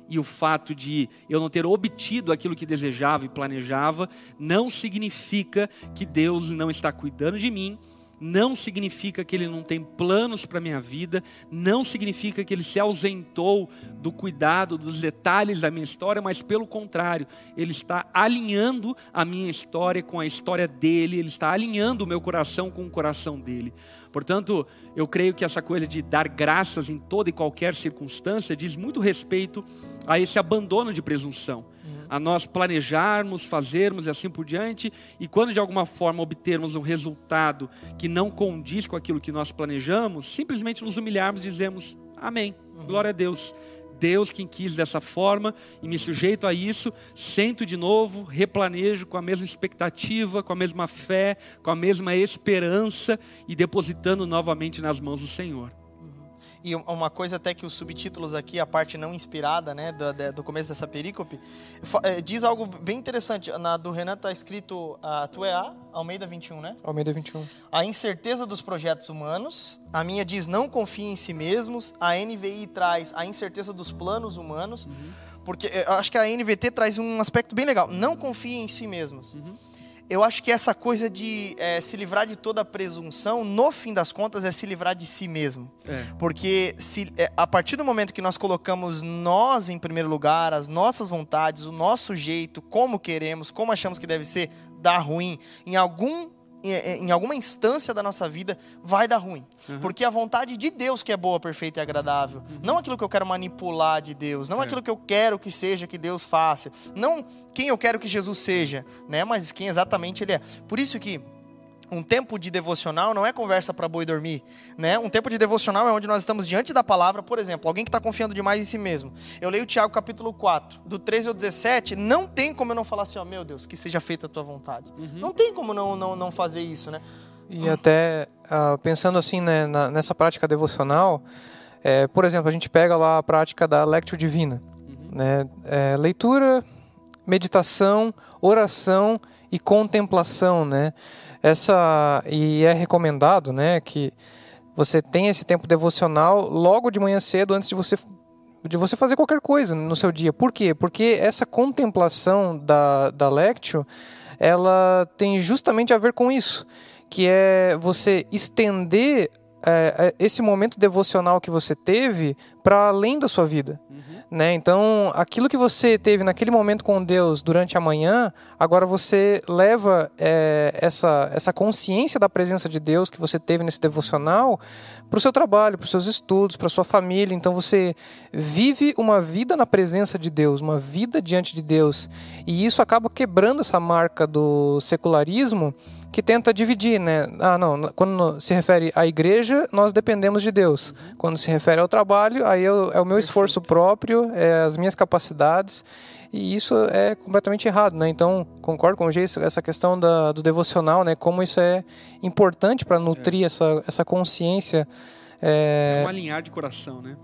e o fato de eu não ter obtido aquilo que desejava e planejava, não significa que Deus não está cuidando de mim, não significa que Ele não tem planos para a minha vida, não significa que Ele se ausentou do cuidado, dos detalhes da minha história, mas pelo contrário, Ele está alinhando a minha história com a história dEle, Ele está alinhando o meu coração com o coração dEle. Portanto, eu creio que essa coisa de dar graças em toda e qualquer circunstância diz muito respeito a esse abandono de presunção. A nós planejarmos, fazermos e assim por diante, e quando de alguma forma obtermos um resultado que não condiz com aquilo que nós planejamos, simplesmente nos humilharmos e dizemos, amém, glória a Deus. Deus quem quis dessa forma e me sujeito a isso, sento de novo, replanejo com a mesma expectativa, com a mesma fé, com a mesma esperança e depositando novamente nas mãos do Senhor. E uma coisa até que os subtítulos aqui, a parte não inspirada, né, do começo dessa perícope, diz algo bem interessante. Na do Renan está escrito, tu é a Almeida 21, né? Almeida 21. A incerteza dos projetos humanos. A minha diz, não confie em si mesmos. A NVI traz a incerteza dos planos humanos. Porque eu acho que a NVT traz um aspecto bem legal. Não confie em si mesmos. Eu acho que essa coisa de se livrar de toda a presunção, no fim das contas, é se livrar de si mesmo. Porque a partir do momento que nós colocamos nós em primeiro lugar, as nossas vontades, o nosso jeito, como queremos, como achamos que deve ser, dá ruim. Em alguma instância da nossa vida, vai dar ruim. Porque a vontade de Deus que é boa, perfeita e agradável. Não aquilo que eu quero manipular de Deus. Não aquilo que eu quero que seja, que Deus faça. Não quem eu quero que Jesus seja, né? Mas quem exatamente Ele é. Por isso que um tempo de devocional não é conversa para boi dormir, né? Um tempo de devocional é onde nós estamos diante da palavra. Por exemplo, alguém que está confiando demais em si mesmo. Eu leio Tiago capítulo 4, do 13 ao 17, não tem como eu não falar assim, ó, meu Deus, que seja feita a tua vontade. Não tem como não fazer isso, né? E até pensando assim, né, nessa prática devocional, por exemplo, a gente pega lá a prática da Lectio Divina, né? Leitura, meditação, oração e contemplação, né? E é recomendado, né, que você tenha esse tempo devocional logo de manhã cedo, antes de você fazer qualquer coisa no seu dia. Por quê? Porque essa contemplação da Lectio, ela tem justamente a ver com isso, que é você estender esse momento devocional que você teve para além da sua vida. Né? Então, aquilo que você teve naquele momento com Deus durante a manhã, agora você leva essa consciência da presença de Deus que você teve nesse devocional para o seu trabalho, para os seus estudos, para a sua família. Então, você vive uma vida na presença de Deus, uma vida diante de Deus. E isso acaba quebrando essa marca do secularismo que tenta dividir, né? Não, quando se refere à igreja, nós dependemos de Deus. Quando se refere ao trabalho, aí é o meu esforço próprio, as minhas capacidades, e isso é completamente errado, né? Então, concordo com o Gê, essa questão do devocional, né? Como isso é importante para nutrir essa consciência. É um alinhar de coração, né?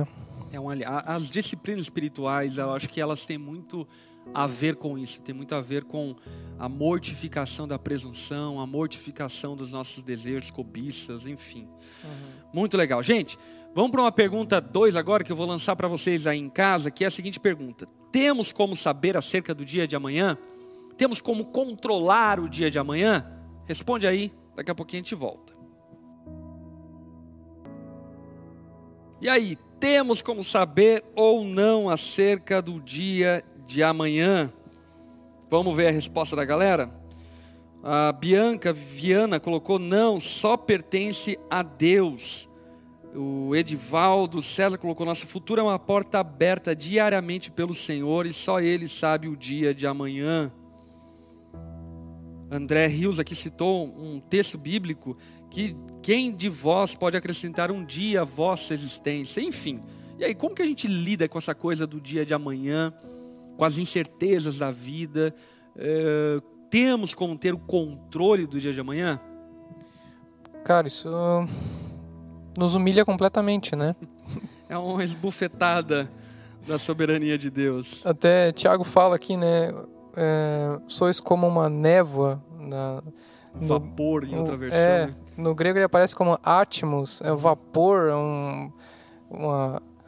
As disciplinas espirituais, eu acho que elas têm muito a ver com isso, tem muito a ver com a mortificação da presunção, a mortificação dos nossos desejos, cobiças, enfim. Muito legal. Gente, vamos para uma pergunta 2 agora, que eu vou lançar para vocês aí em casa, que é a seguinte pergunta: temos como saber acerca do dia de amanhã? Temos como controlar o dia de amanhã? Responde aí, daqui a pouquinho a gente volta. E aí, temos como saber ou não acerca do dia de amanhã? Vamos ver a resposta da galera? A Bianca Viana colocou não, só pertence a Deus. O Edivaldo César colocou: nosso futuro é uma porta aberta diariamente pelo Senhor e só Ele sabe o dia de amanhã. André Rios aqui citou um texto bíblico que quem de vós pode acrescentar um dia à vossa existência? Enfim, e aí como que a gente lida com essa coisa do dia de amanhã, com as incertezas da vida? Temos como ter o controle do dia de amanhã? Cara, isso nos humilha completamente, né? É uma esbufetada da soberania de Deus. Até Tiago fala aqui, né? Sois como uma névoa. Vapor em outra versão. Né? No grego ele aparece como átimos, vapor,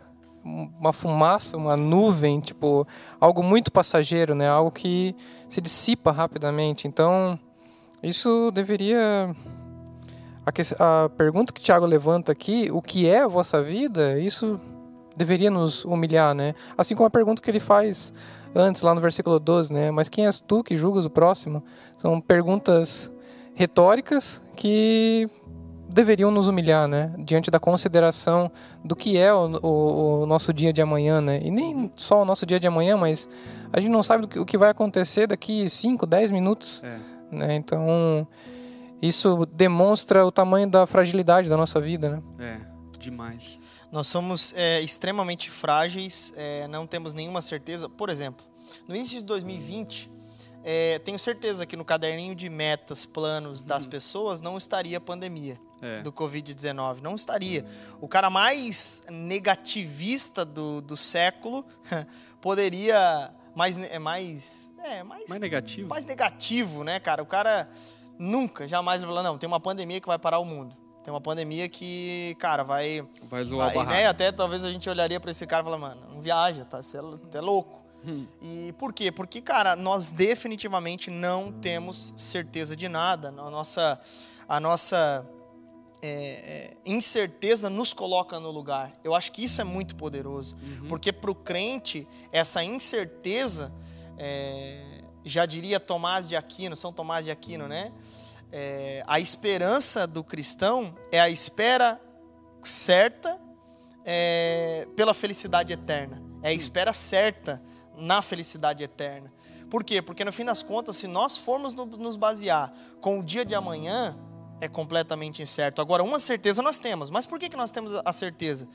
uma fumaça, uma nuvem, tipo, algo muito passageiro, né? Algo que se dissipa rapidamente. Então, isso deveria... A pergunta que Tiago levanta aqui, o que é a vossa vida, isso deveria nos humilhar, né? Assim como a pergunta que ele faz antes, lá no versículo 12, né? Mas quem és tu que julgas o próximo? São perguntas retóricas que deveriam nos humilhar, né? Diante da consideração do que é o nosso dia de amanhã, né? E nem só o nosso dia de amanhã, mas a gente não sabe o que vai acontecer daqui 5, 10 minutos, né? Então, isso demonstra o tamanho da fragilidade da nossa vida, né? Demais. Nós somos extremamente frágeis, não temos nenhuma certeza. Por exemplo, no início de 2020, tenho certeza que no caderninho de metas, planos das pessoas não estaria a pandemia do Covid-19. Não estaria. O cara mais negativista do século poderia... Mais negativo? Mais negativo, né, cara? O cara nunca, jamais vai falar, não, tem uma pandemia que vai parar o mundo. Tem uma pandemia que, cara, vai zoar o barraco. Né? Até talvez a gente olharia pra esse cara e falar, mano, não viaja, tá? Você é louco. E por quê? Porque, cara, nós definitivamente não temos certeza de nada. A nossa incerteza nos coloca no lugar. Eu acho que isso é muito poderoso. Porque pro crente, essa incerteza, já diria São Tomás de Aquino, né? A esperança do cristão é a espera certa pela felicidade eterna. É a espera certa na felicidade eterna. Por quê? Porque no fim das contas, se nós formos nos basear com o dia de amanhã, é completamente incerto. Agora, uma certeza nós temos. Mas por que nós temos a certeza?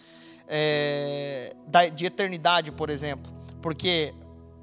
De eternidade, por exemplo. Porque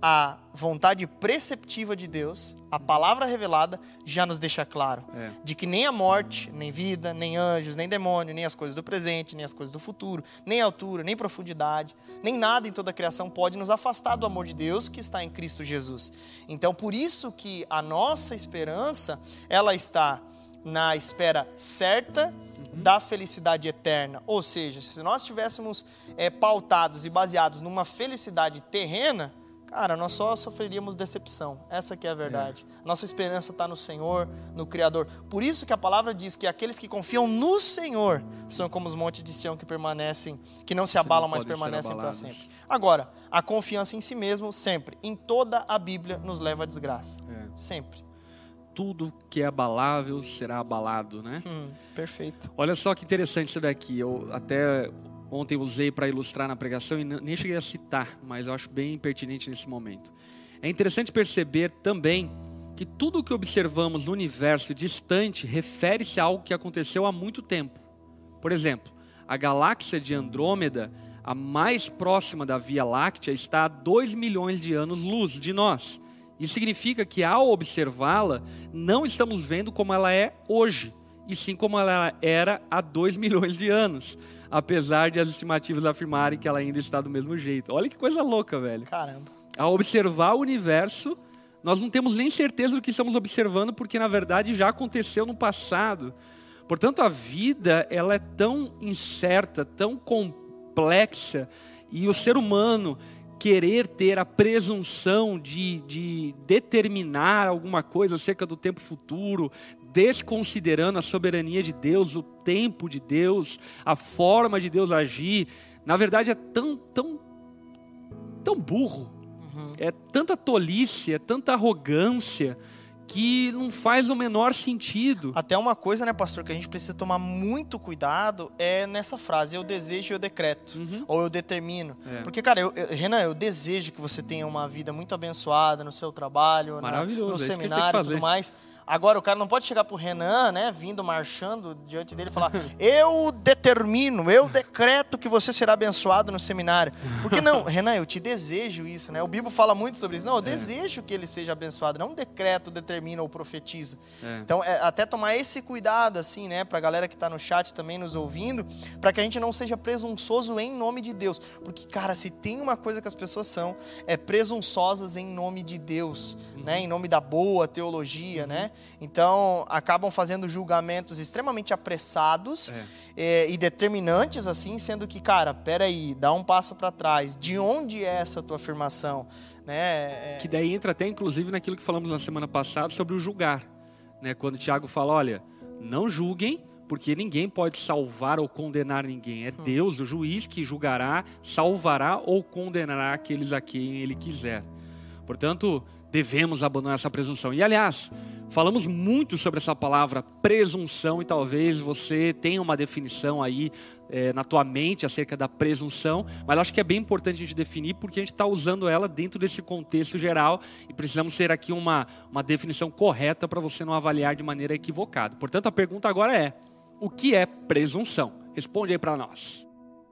a vontade preceptiva de Deus, a palavra revelada, já nos deixa claro de que nem a morte, nem vida, nem anjos, nem demônio, nem as coisas do presente, nem as coisas do futuro, nem altura, nem profundidade, nem nada em toda a criação pode nos afastar do amor de Deus que está em Cristo Jesus. Então, por isso que a nossa esperança, ela está na espera certa da felicidade eterna. Ou seja, se nós estivéssemos pautados e baseados numa felicidade terrena, cara, nós só sofreríamos decepção. Essa que é a verdade. Nossa esperança está no Senhor, no Criador. Por isso que a palavra diz que aqueles que confiam no Senhor são como os montes de Sião que permanecem, que não se abalam, mas permanecem para sempre. Agora, a confiança em si mesmo, sempre, em toda a Bíblia, nos leva à desgraça. Sempre. Tudo que é abalável será abalado, né? Perfeito. Olha só que interessante isso daqui. Eu até... ontem usei para ilustrar na pregação e nem cheguei a citar, mas eu acho bem pertinente nesse momento. É interessante perceber também que tudo o que observamos no universo distante refere-se a algo que aconteceu há muito tempo. Por exemplo, a galáxia de Andrômeda, a mais próxima da Via Láctea, está a 2 milhões de anos-luz de nós. Isso significa que ao observá-la, não estamos vendo como ela é hoje, e sim como ela era há 2 milhões de anos. Apesar de as estimativas afirmarem que ela ainda está do mesmo jeito. Olha que coisa louca, velho. Caramba. Ao observar o universo, nós não temos nem certeza do que estamos observando, porque na verdade já aconteceu no passado. Portanto, a vida, ela é tão incerta, tão complexa, e o ser humano querer ter a presunção de determinar alguma coisa acerca do tempo futuro, desconsiderando a soberania de Deus, o tempo de Deus, a forma de Deus agir, na verdade é tão burro, é tanta tolice, é tanta arrogância, que não faz o menor sentido. Até uma coisa, né, pastor, que a gente precisa tomar muito cuidado é nessa frase, eu desejo e eu decreto, ou eu determino. Porque, cara, Renan, eu desejo que você tenha uma vida muito abençoada no seu trabalho, no seminário e tudo mais. Agora, o cara não pode chegar pro Renan, né, vindo, marchando diante dele e falar, eu determino, eu decreto que você será abençoado no seminário. Porque não, Renan, eu te desejo isso, né? O Bíblia fala muito sobre isso. Não, eu desejo que ele seja abençoado, não decreto, determino ou profetizo. Então, até tomar esse cuidado, assim, né, pra galera que tá no chat também nos ouvindo, para que a gente não seja presunçoso em nome de Deus. Porque, cara, se tem uma coisa que as pessoas são, presunçosas em nome de Deus, né? Em nome da boa teologia, né? Então, acabam fazendo julgamentos extremamente apressados e determinantes, assim, sendo que, cara, peraí, dá um passo para trás. De onde é essa tua afirmação? Né? Que daí entra até, inclusive, naquilo que falamos na semana passada sobre o julgar. Né? Quando o Tiago fala, olha, não julguem, porque ninguém pode salvar ou condenar ninguém. É Deus, o juiz, que julgará, salvará ou condenará aqueles a quem Ele quiser. Portanto, devemos abandonar essa presunção. E, aliás, falamos muito sobre essa palavra presunção e talvez você tenha uma definição aí na tua mente acerca da presunção, mas acho que é bem importante a gente definir porque a gente está usando ela dentro desse contexto geral e precisamos ter aqui uma definição correta para você não avaliar de maneira equivocada. Portanto, a pergunta agora é: o que é presunção? Responde aí para nós.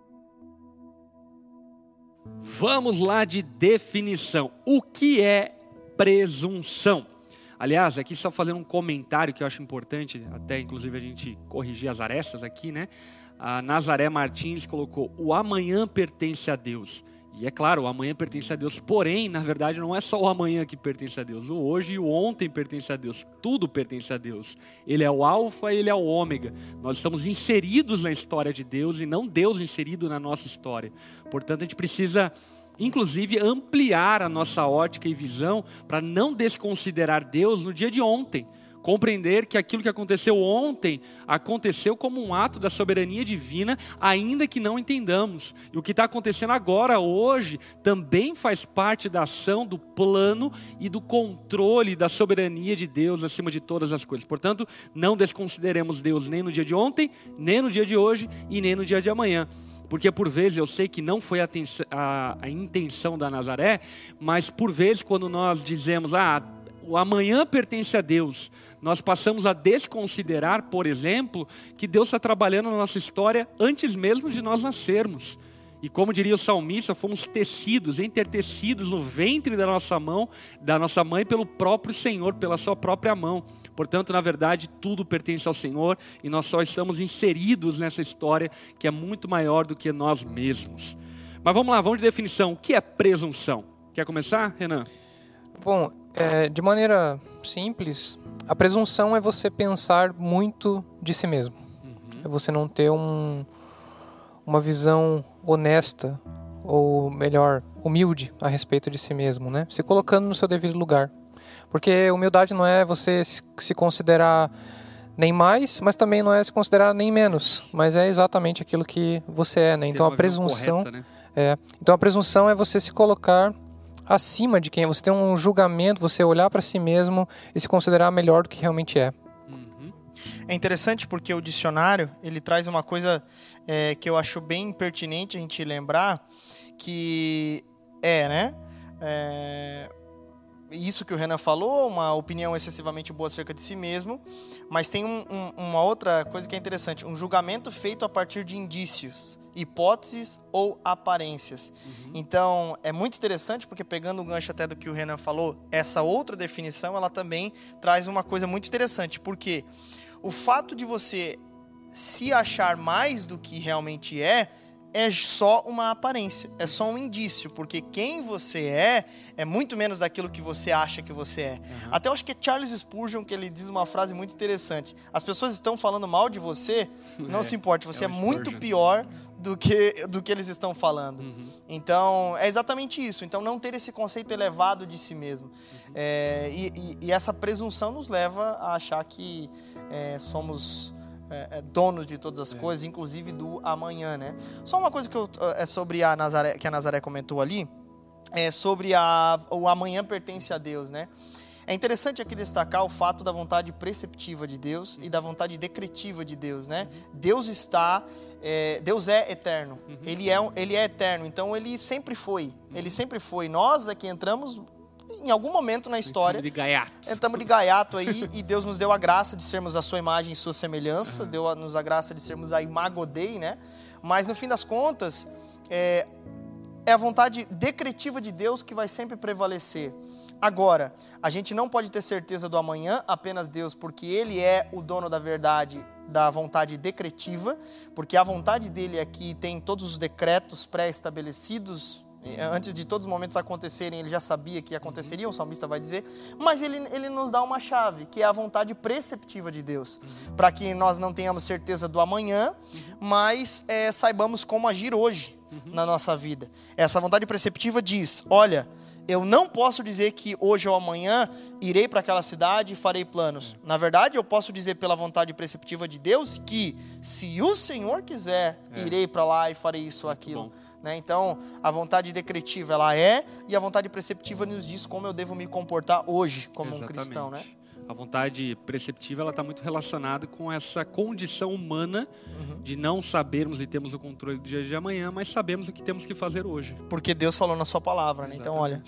Vamos lá de definição. O que é presunção? Aliás, aqui só fazendo um comentário que eu acho importante, até inclusive a gente corrigir as arestas aqui, né? A Nazaré Martins colocou: o amanhã pertence a Deus. E é claro, o amanhã pertence a Deus, porém, na verdade, não é só o amanhã que pertence a Deus. O hoje e o ontem pertence a Deus. Tudo pertence a Deus. Ele é o alfa e ele é o ômega. Nós estamos inseridos na história de Deus e não Deus inserido na nossa história. Portanto, a gente precisa, inclusive, ampliar a nossa ótica e visão para não desconsiderar Deus no dia de ontem. Compreender que aquilo que aconteceu ontem aconteceu como um ato da soberania divina, ainda que não entendamos. E o que está acontecendo agora, hoje, também faz parte da ação, do plano e do controle da soberania de Deus acima de todas as coisas. Portanto, não desconsideremos Deus nem no dia de ontem, nem no dia de hoje e nem no dia de amanhã. Porque por vezes eu sei que não foi a intenção da Nazaré, mas por vezes quando nós dizemos, o amanhã pertence a Deus, nós passamos a desconsiderar, por exemplo, que Deus está trabalhando na nossa história antes mesmo de nós nascermos. E como diria o salmista, fomos tecidos, intertecidos no ventre da nossa mãe pelo próprio Senhor, pela sua própria mão. Portanto, na verdade, tudo pertence ao Senhor e nós só estamos inseridos nessa história que é muito maior do que nós mesmos. Mas vamos lá, vamos de definição. O que é presunção? Quer começar, Renan? Bom, de maneira simples, a presunção é você pensar muito de si mesmo. É você não ter uma visão honesta, ou melhor, humilde a respeito de si mesmo, né? Se colocando no seu devido lugar. Porque humildade não é você se considerar nem mais, mas também não é se considerar nem menos, mas é exatamente aquilo que você é, né? Então a presunção correta, né? Então a presunção é você se colocar acima de quem é. Você tem um julgamento, você olhar para si mesmo e se considerar melhor do que realmente é. É interessante porque o dicionário, ele traz uma coisa que eu acho bem pertinente a gente lembrar, que isso que o Renan falou, uma opinião excessivamente boa acerca de si mesmo, mas tem uma outra coisa que é interessante, um julgamento feito a partir de indícios, hipóteses ou aparências. Então, é muito interessante porque, pegando o gancho até do que o Renan falou, essa outra definição, ela também traz uma coisa muito interessante, porque o fato de você se achar mais do que realmente é só uma aparência, é só um indício, porque quem você é muito menos daquilo que você acha que você é. Até eu acho que é Charles Spurgeon que ele diz uma frase muito interessante: as pessoas estão falando mal de você, não se importe, você é muito pior do que eles estão falando. Então, é exatamente isso. Então, não ter esse conceito elevado de si mesmo. E essa presunção nos leva a achar que somos donos de todas as coisas, inclusive do amanhã, né? Só uma coisa sobre a Nazaré, que a Nazaré comentou ali, sobre o amanhã pertence a Deus, né? É interessante aqui destacar o fato da vontade preceptiva de Deus e da vontade decretiva de Deus, né? Deus é eterno, ele é eterno, então ele sempre foi. Nós aqui entramos em algum momento na história, entramos de gaiato aí, e Deus nos deu a graça de sermos a sua imagem e sua semelhança, deu-nos a graça de sermos a imago Dei, né? Mas no fim das contas, é a vontade decretiva de Deus que vai sempre prevalecer. Agora, a gente não pode ter certeza do amanhã, apenas Deus, porque Ele é o dono da verdade, da vontade decretiva, porque a vontade dele aqui tem todos os decretos pré-estabelecidos antes de todos os momentos acontecerem, ele já sabia que aconteceriam, o salmista vai dizer, mas ele nos dá uma chave, que é a vontade preceptiva de Deus, para que nós não tenhamos certeza do amanhã, mas saibamos como agir hoje na nossa vida. Essa vontade preceptiva diz, olha, eu não posso dizer que hoje ou amanhã irei para aquela cidade e farei planos. Na verdade, eu posso dizer pela vontade preceptiva de Deus que, se o Senhor quiser, irei para lá e farei isso ou aquilo. Né? Então, a vontade decretiva ela e a vontade preceptiva nos diz como eu devo me comportar hoje como um cristão. Né? A vontade preceptiva ela está muito relacionada com essa condição humana de não sabermos e termos o controle do dia de amanhã, mas sabemos o que temos que fazer hoje. Porque Deus falou na sua palavra, né? Então, olha.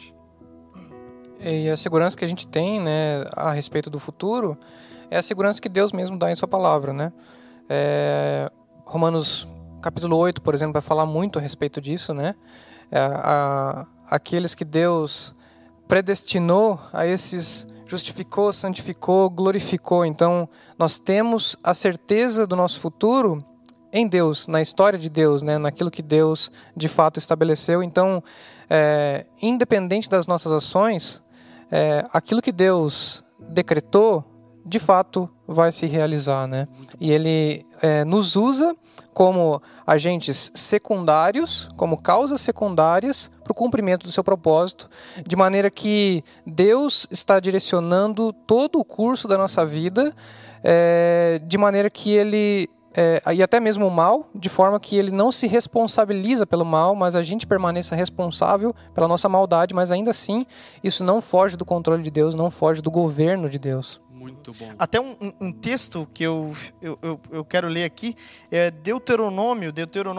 E a segurança que a gente tem, né, a respeito do futuro é a segurança que Deus mesmo dá em sua palavra, né? Romanos capítulo 8, por exemplo, vai falar muito a respeito disso, né? Aqueles que Deus predestinou, a esses justificou, santificou, glorificou. Então, nós temos a certeza do nosso futuro em Deus, na história de Deus, né? Naquilo que Deus de fato estabeleceu. Então, independente das nossas ações, aquilo que Deus decretou, de fato, vai se realizar, né? E Ele nos usa como agentes secundários, como causas secundárias para o cumprimento do seu propósito, de maneira que Deus está direcionando todo o curso da nossa vida, de maneira que Ele... e até mesmo o mal, de forma que ele não se responsabiliza pelo mal, mas a gente permaneça responsável pela nossa maldade, mas ainda assim, isso não foge do controle de Deus, não foge do governo de Deus. Muito bom. Até um texto que eu quero ler aqui, é Deuteronômio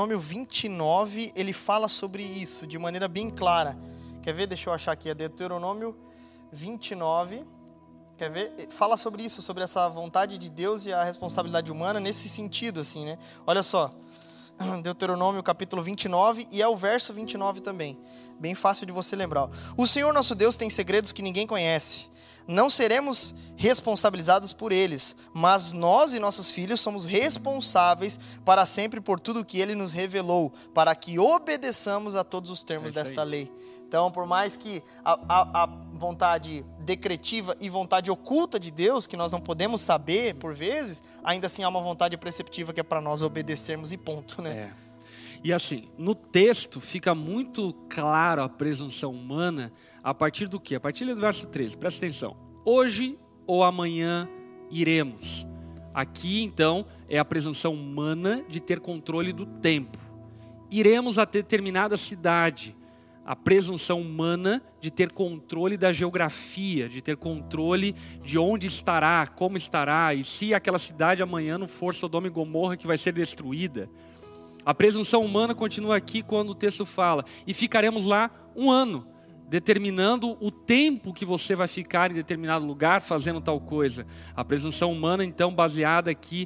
29, ele fala sobre isso de maneira bem clara. Quer ver? Deixa eu achar aqui, é Deuteronômio 29... Quer ver? Fala sobre isso, sobre essa vontade de Deus e a responsabilidade humana nesse sentido, assim, né? Olha só, Deuteronômio capítulo 29 e é o verso 29 também. Bem fácil de você lembrar. O Senhor nosso Deus tem segredos que ninguém conhece. Não seremos responsabilizados por eles, mas nós e nossos filhos somos responsáveis para sempre por tudo que Ele nos revelou, para que obedeçamos a todos os termos desta lei. Então, por mais que a vontade decretiva e vontade oculta de Deus, que nós não podemos saber por vezes, ainda assim há uma vontade preceptiva que é para nós obedecermos e ponto, né? E assim, no texto fica muito claro a presunção humana a partir do quê? A partir do verso 13, presta atenção. Hoje ou amanhã iremos. Aqui, então, é a presunção humana de ter controle do tempo. Iremos a determinada cidade. A presunção humana de ter controle da geografia, de ter controle de onde estará, como estará, e se aquela cidade amanhã não for Sodoma e Gomorra que vai ser destruída. A presunção humana continua aqui quando o texto fala, e ficaremos lá 1 ano, determinando o tempo que você vai ficar em determinado lugar fazendo tal coisa. A presunção humana, então, baseada aqui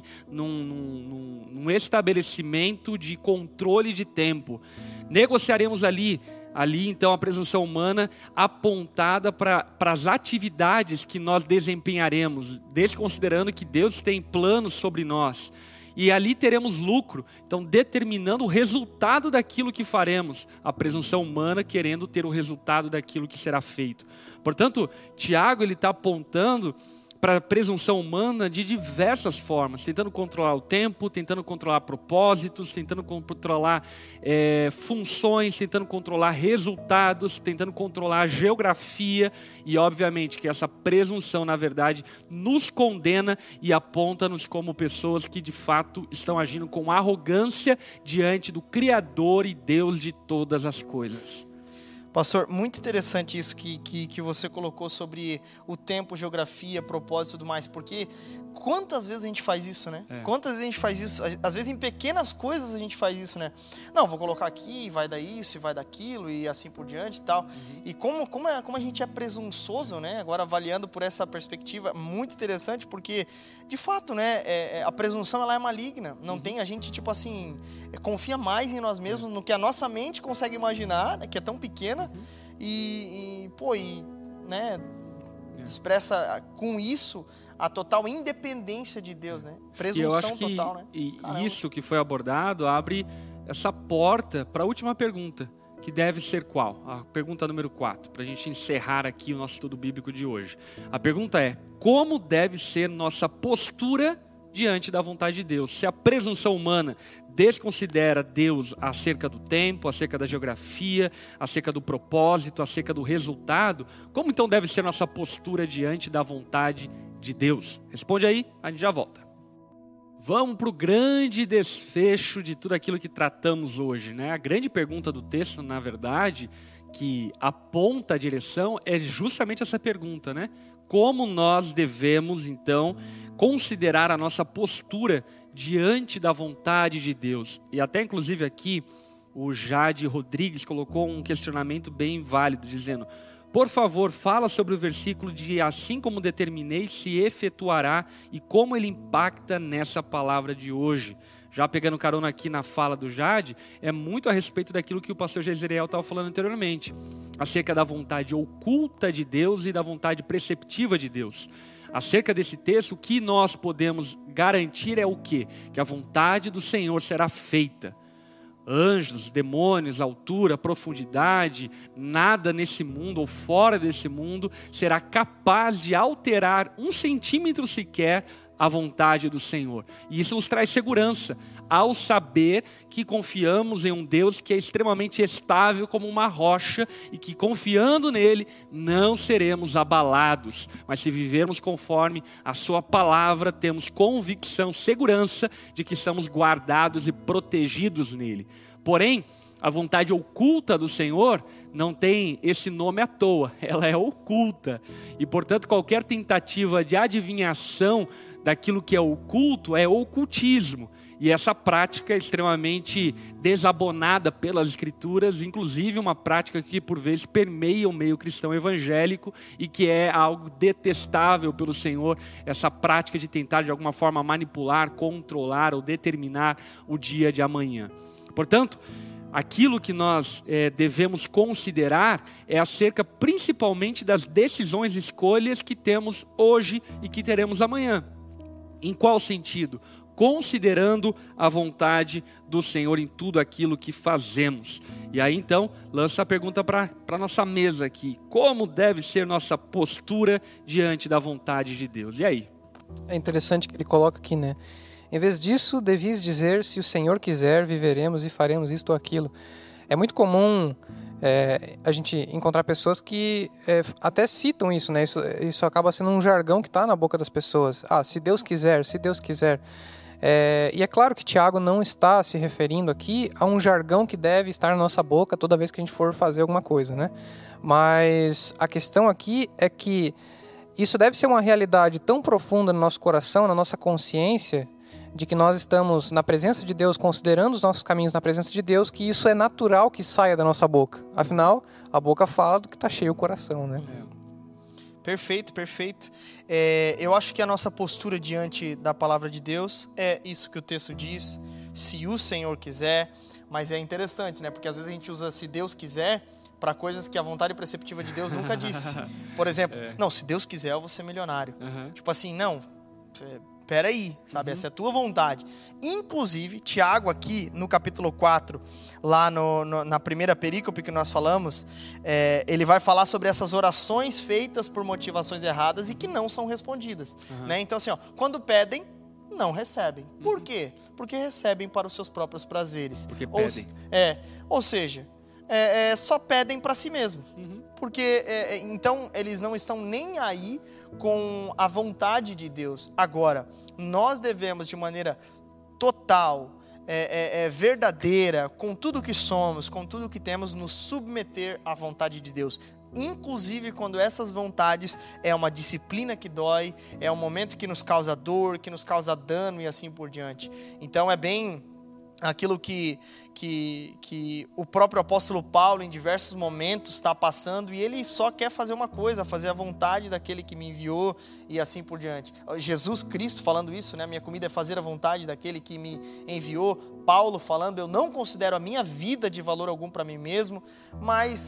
num estabelecimento de controle de tempo. Negociaremos ali, então, a presunção humana apontada para as atividades que nós desempenharemos, desconsiderando que Deus tem planos sobre nós. E ali teremos lucro, então determinando o resultado daquilo que faremos. A presunção humana querendo ter o resultado daquilo que será feito. Portanto, Tiago ele está apontando para a presunção humana de diversas formas, tentando controlar o tempo, tentando controlar propósitos, tentando controlar funções, tentando controlar resultados, tentando controlar a geografia e, obviamente, que essa presunção, na verdade, nos condena e aponta-nos como pessoas que, de fato, estão agindo com arrogância diante do Criador e Deus de todas as coisas. Pastor, muito interessante isso que você colocou sobre o tempo, geografia, propósito e tudo mais, porque quantas vezes a gente faz isso, né? Quantas vezes a gente faz isso? Às vezes em pequenas coisas a gente faz isso, né? Não, vou colocar aqui, vai dar isso, e vai daquilo, e assim por diante e tal. E como a gente é presunçoso, né? Agora avaliando por essa perspectiva, muito interessante, porque, de fato, né? A presunção, ela é maligna. Não tem a gente, tipo assim, confia mais em nós mesmos, no que a nossa mente consegue imaginar, né? Que é tão pequena, né? Expressa com isso a total independência de Deus, né? Presunção total, né? E isso que foi abordado abre essa porta para a última pergunta, que deve ser qual? A pergunta número 4, para a gente encerrar aqui o nosso estudo bíblico de hoje. A pergunta é: como deve ser nossa postura diante da vontade de Deus? Se a presunção humana desconsidera Deus acerca do tempo, acerca da geografia, acerca do propósito, acerca do resultado, como então deve ser nossa postura diante da vontade de Deus? Responde aí, a gente já volta. Vamos para o grande desfecho de tudo aquilo que tratamos hoje, né? A grande pergunta do texto, na verdade, que aponta a direção, é justamente essa pergunta, né? Como nós devemos, então, considerar a nossa postura diante da vontade de Deus? E até, inclusive, aqui, o Jade Rodrigues colocou um questionamento bem válido, dizendo: por favor, fala sobre o versículo de assim como determinei, se efetuará, e como ele impacta nessa palavra de hoje. Já pegando carona aqui na fala do Jade, é muito a respeito daquilo que o pastor Jezreel estava falando anteriormente, acerca da vontade oculta de Deus e da vontade preceptiva de Deus. Acerca desse texto, o que nós podemos garantir é o quê? Que a vontade do Senhor será feita. Anjos, demônios, altura, profundidade, nada nesse mundo ou fora desse mundo será capaz de alterar 1 centímetro sequer a vontade do Senhor. E isso nos traz segurança, ao saber que confiamos em um Deus que é extremamente estável como uma rocha e que, confiando nele, não seremos abalados. Mas se vivermos conforme a sua palavra, temos convicção, segurança de que estamos guardados e protegidos nele. Porém, a vontade oculta do Senhor não tem esse nome à toa, ela é oculta. E, portanto, qualquer tentativa de adivinhação daquilo que é oculto é ocultismo. E essa prática é extremamente desabonada pelas Escrituras, inclusive uma prática que por vezes permeia o meio cristão evangélico e que é algo detestável pelo Senhor, essa prática de tentar de alguma forma manipular, controlar ou determinar o dia de amanhã. Portanto, aquilo que nós devemos considerar é acerca principalmente das decisões e escolhas que temos hoje e que teremos amanhã. Em qual sentido? Considerando a vontade do Senhor em tudo aquilo que fazemos. E aí então, lança a pergunta para a nossa mesa aqui. Como deve ser nossa postura diante da vontade de Deus? E aí? É interessante que ele coloca aqui, né? Em vez disso, devis dizer, se o Senhor quiser, viveremos e faremos isto ou aquilo. É muito comum a gente encontrar pessoas que até citam isso, né? Isso acaba sendo um jargão que está na boca das pessoas. Ah, se Deus quiser, se Deus quiser. E é claro que Tiago não está se referindo aqui a um jargão que deve estar na nossa boca toda vez que a gente for fazer alguma coisa, né? Mas a questão aqui é que isso deve ser uma realidade tão profunda no nosso coração, na nossa consciência, de que nós estamos na presença de Deus, considerando os nossos caminhos na presença de Deus, que isso é natural que saia da nossa boca. Afinal, a boca fala do que está cheio o coração, né? Perfeito, perfeito. Eu acho que a nossa postura diante da palavra de Deus é isso que o texto diz, se o Senhor quiser, mas é interessante, né? Porque às vezes a gente usa se Deus quiser para coisas que a vontade preceptiva de Deus nunca disse. Por exemplo, não, se Deus quiser eu vou ser milionário. Tipo assim, não, peraí, sabe? Essa é a tua vontade. Inclusive, Tiago aqui no capítulo 4, lá na primeira perícope que nós falamos, ele vai falar sobre essas orações feitas por motivações erradas e que não são respondidas. Né? Então assim, quando pedem, não recebem. Por quê? Porque recebem para os seus próprios prazeres. Porque pedem. Ou seja, só pedem para si mesmo. Porque então eles não estão nem aí com a vontade de Deus. Agora, nós devemos de maneira total, verdadeira, com tudo que somos, com tudo que temos, nos submeter à vontade de Deus. Inclusive quando essas vontades é uma disciplina que dói, é um momento que nos causa dor, que nos causa dano e assim por diante. Então é bem aquilo que o próprio apóstolo Paulo em diversos momentos está passando, e ele só quer fazer uma coisa, fazer a vontade daquele que me enviou e assim por diante. Jesus Cristo falando isso, né? Minha comida é fazer a vontade daquele que me enviou. Paulo falando, eu não considero a minha vida de valor algum para mim mesmo, mas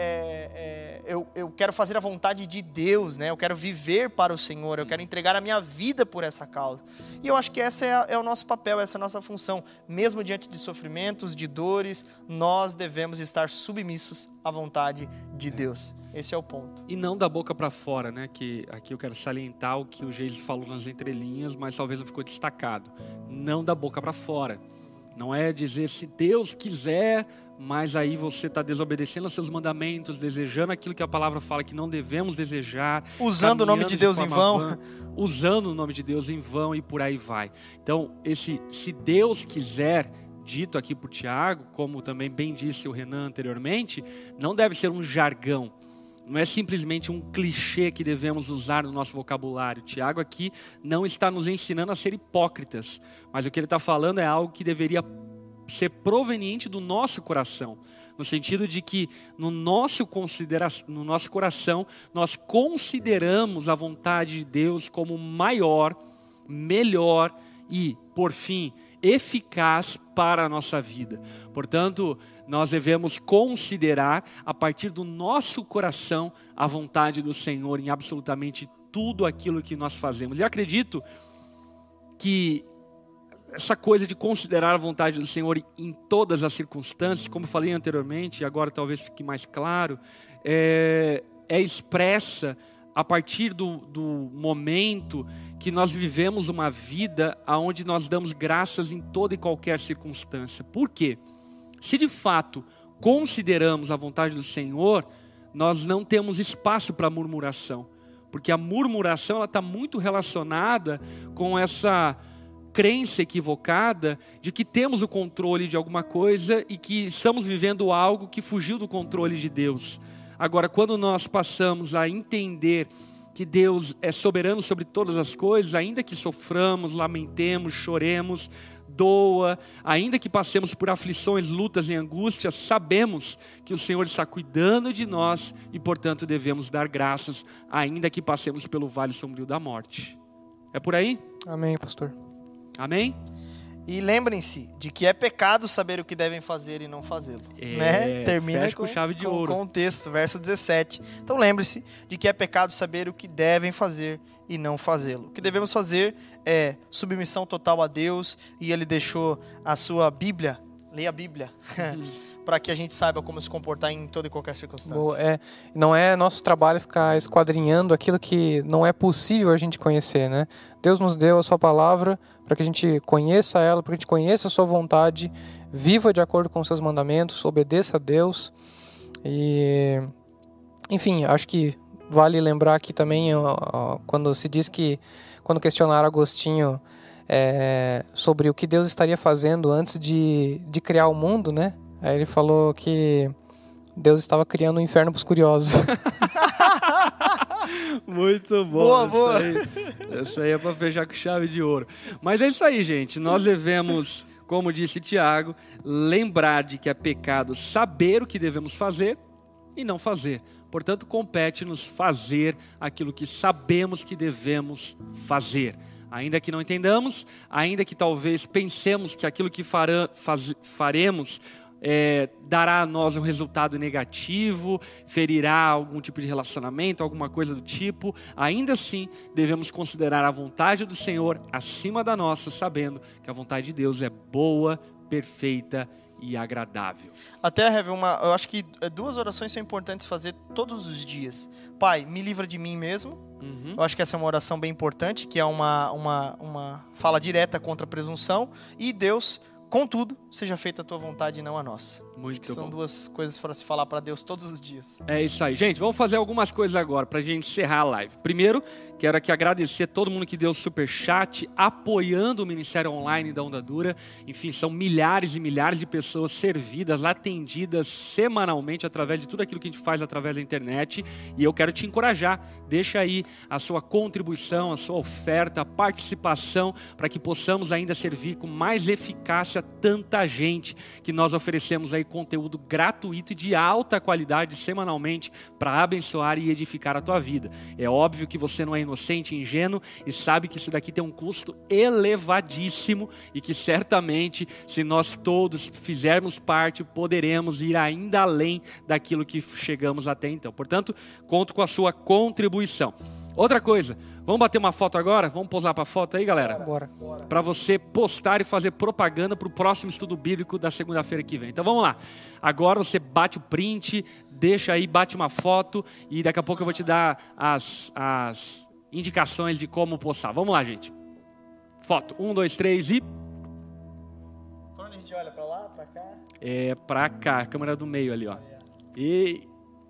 eu quero fazer a vontade de Deus, né? Eu quero viver para o Senhor, eu quero entregar a minha vida por essa causa. E eu acho que esse é o nosso papel, essa é a nossa função, mesmo diante de sofrimentos, tempos de dores, nós devemos estar submissos à vontade de Deus. Esse é o ponto. E não da boca para fora, né? Que aqui eu quero salientar o que o Geise falou nas entrelinhas, mas talvez não ficou destacado. Não da boca para fora. Não é dizer se Deus quiser, mas aí você está desobedecendo aos seus mandamentos, desejando aquilo que a palavra fala que não devemos desejar. Usando o nome de Deus em vão. Usando o nome de Deus em vão e por aí vai. Então, se Deus quiser, dito aqui por Tiago, como também bem disse o Renan anteriormente, não deve ser um jargão. Não é simplesmente um clichê que devemos usar no nosso vocabulário. Tiago aqui não está nos ensinando a ser hipócritas, mas o que ele está falando é algo que deveria ser proveniente do nosso coração, no sentido de que no nosso coração nós consideramos a vontade de Deus como maior, melhor e, por fim, eficaz para a nossa vida. Portanto, nós devemos considerar, a partir do nosso coração, a vontade do Senhor em absolutamente tudo aquilo que nós fazemos. E acredito que essa coisa de considerar a vontade do Senhor em todas as circunstâncias, como falei anteriormente, e agora talvez fique mais claro, é expressa a partir do momento que nós vivemos uma vida onde nós damos graças em toda e qualquer circunstância. Por quê? Se de fato consideramos a vontade do Senhor, nós não temos espaço para murmuração, porque a murmuração está muito relacionada com essa crença equivocada de que temos o controle de alguma coisa e que estamos vivendo algo que fugiu do controle de Deus. Agora, quando nós passamos a entender que Deus é soberano sobre todas as coisas, ainda que soframos, lamentemos, choremos, doa, ainda que passemos por aflições, lutas e angústias, sabemos que o Senhor está cuidando de nós e, portanto, devemos dar graças, ainda que passemos pelo vale sombrio da morte. É por aí? Amém, pastor. Amém? E lembrem-se de que é pecado saber o que devem fazer e não fazê-lo. Né? Termina com chave de ouro. Com o texto, verso 17. Então lembre-se de que é pecado saber o que devem fazer e não fazê-lo. O que devemos fazer é submissão total a Deus, e Ele deixou a sua Bíblia, leia a Bíblia, para que a gente saiba como se comportar em toda e qualquer circunstância. Não é nosso trabalho ficar esquadrinhando aquilo que não é possível a gente conhecer, né? Deus nos deu a sua palavra para que a gente conheça ela, para que a gente conheça a sua vontade, viva de acordo com os seus mandamentos, obedeça a Deus. E, enfim, acho que vale lembrar aqui também, quando se diz que, quando questionaram Agostinho sobre o que Deus estaria fazendo antes de criar o mundo, né? Aí ele falou que Deus estava criando um inferno para os curiosos. Muito bom. Boa. Essa aí é para fechar com chave de ouro. Mas é isso aí, gente. Nós devemos, como disse Tiago, lembrar de que é pecado saber o que devemos fazer e não fazer. Portanto, compete-nos fazer aquilo que sabemos que devemos fazer. Ainda que não entendamos, ainda que talvez pensemos que aquilo que faremos dará a nós um resultado negativo, ferirá algum tipo de relacionamento, alguma coisa do tipo, ainda assim devemos considerar a vontade do Senhor acima da nossa, sabendo que a vontade de Deus é boa, perfeita e agradável. Até, Heavy, eu acho que 2 orações são importantes fazer todos os dias. Pai, me livra de mim mesmo. Eu acho que essa é uma oração bem importante, que é uma fala direta contra a presunção. E Deus, contudo, seja feita a tua vontade e não a nossa. Muito bom. São 2 coisas para se falar para Deus todos os dias. É isso aí. Gente, vamos fazer algumas coisas agora para a gente encerrar a live. Primeiro, quero aqui agradecer a todo mundo que deu superchat, apoiando o Ministério Online da Onda Dura. Enfim, são milhares e milhares de pessoas servidas, atendidas semanalmente através de tudo aquilo que a gente faz através da internet. E eu quero te encorajar. Deixa aí a sua contribuição, a sua oferta, a participação, para que possamos ainda servir com mais eficácia tanta gente, que nós oferecemos aí conteúdo gratuito e de alta qualidade semanalmente para abençoar e edificar a tua vida. É óbvio que você não é inocente, ingênuo e sabe que isso daqui tem um custo elevadíssimo e que certamente, se nós todos fizermos parte, poderemos ir ainda além daquilo que chegamos até então. Portanto, conto com a sua contribuição. Outra coisa, Vamos bater uma foto agora? Vamos posar para a foto aí, galera? Bora. Para você postar e fazer propaganda para o próximo estudo bíblico da segunda-feira que vem. Então vamos lá. Agora você bate o print, deixa aí, bate uma foto e daqui a pouco eu vou te dar as indicações de como postar. Vamos lá, gente. Foto. 1, 2, 3 e... Quando a gente olha para lá, para cá? É, para cá. A câmera do meio ali, ó. E...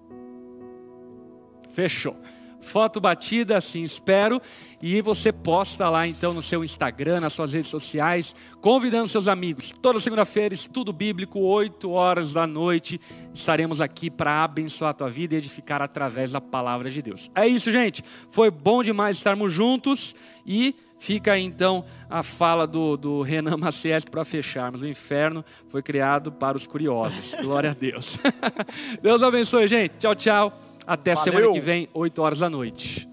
Fechou. Foto batida, assim espero, e você posta lá então no seu Instagram, nas suas redes sociais, convidando seus amigos. Toda segunda-feira, estudo bíblico, 8 horas da noite, estaremos aqui para abençoar a tua vida e edificar através da palavra de Deus. É isso, gente. Foi bom demais estarmos juntos e fica aí então a fala do Renan Macieschi para fecharmos. O inferno foi criado para os curiosos. Glória a Deus. Deus abençoe, gente. Tchau, tchau. Até semana que vem, 8 horas da noite.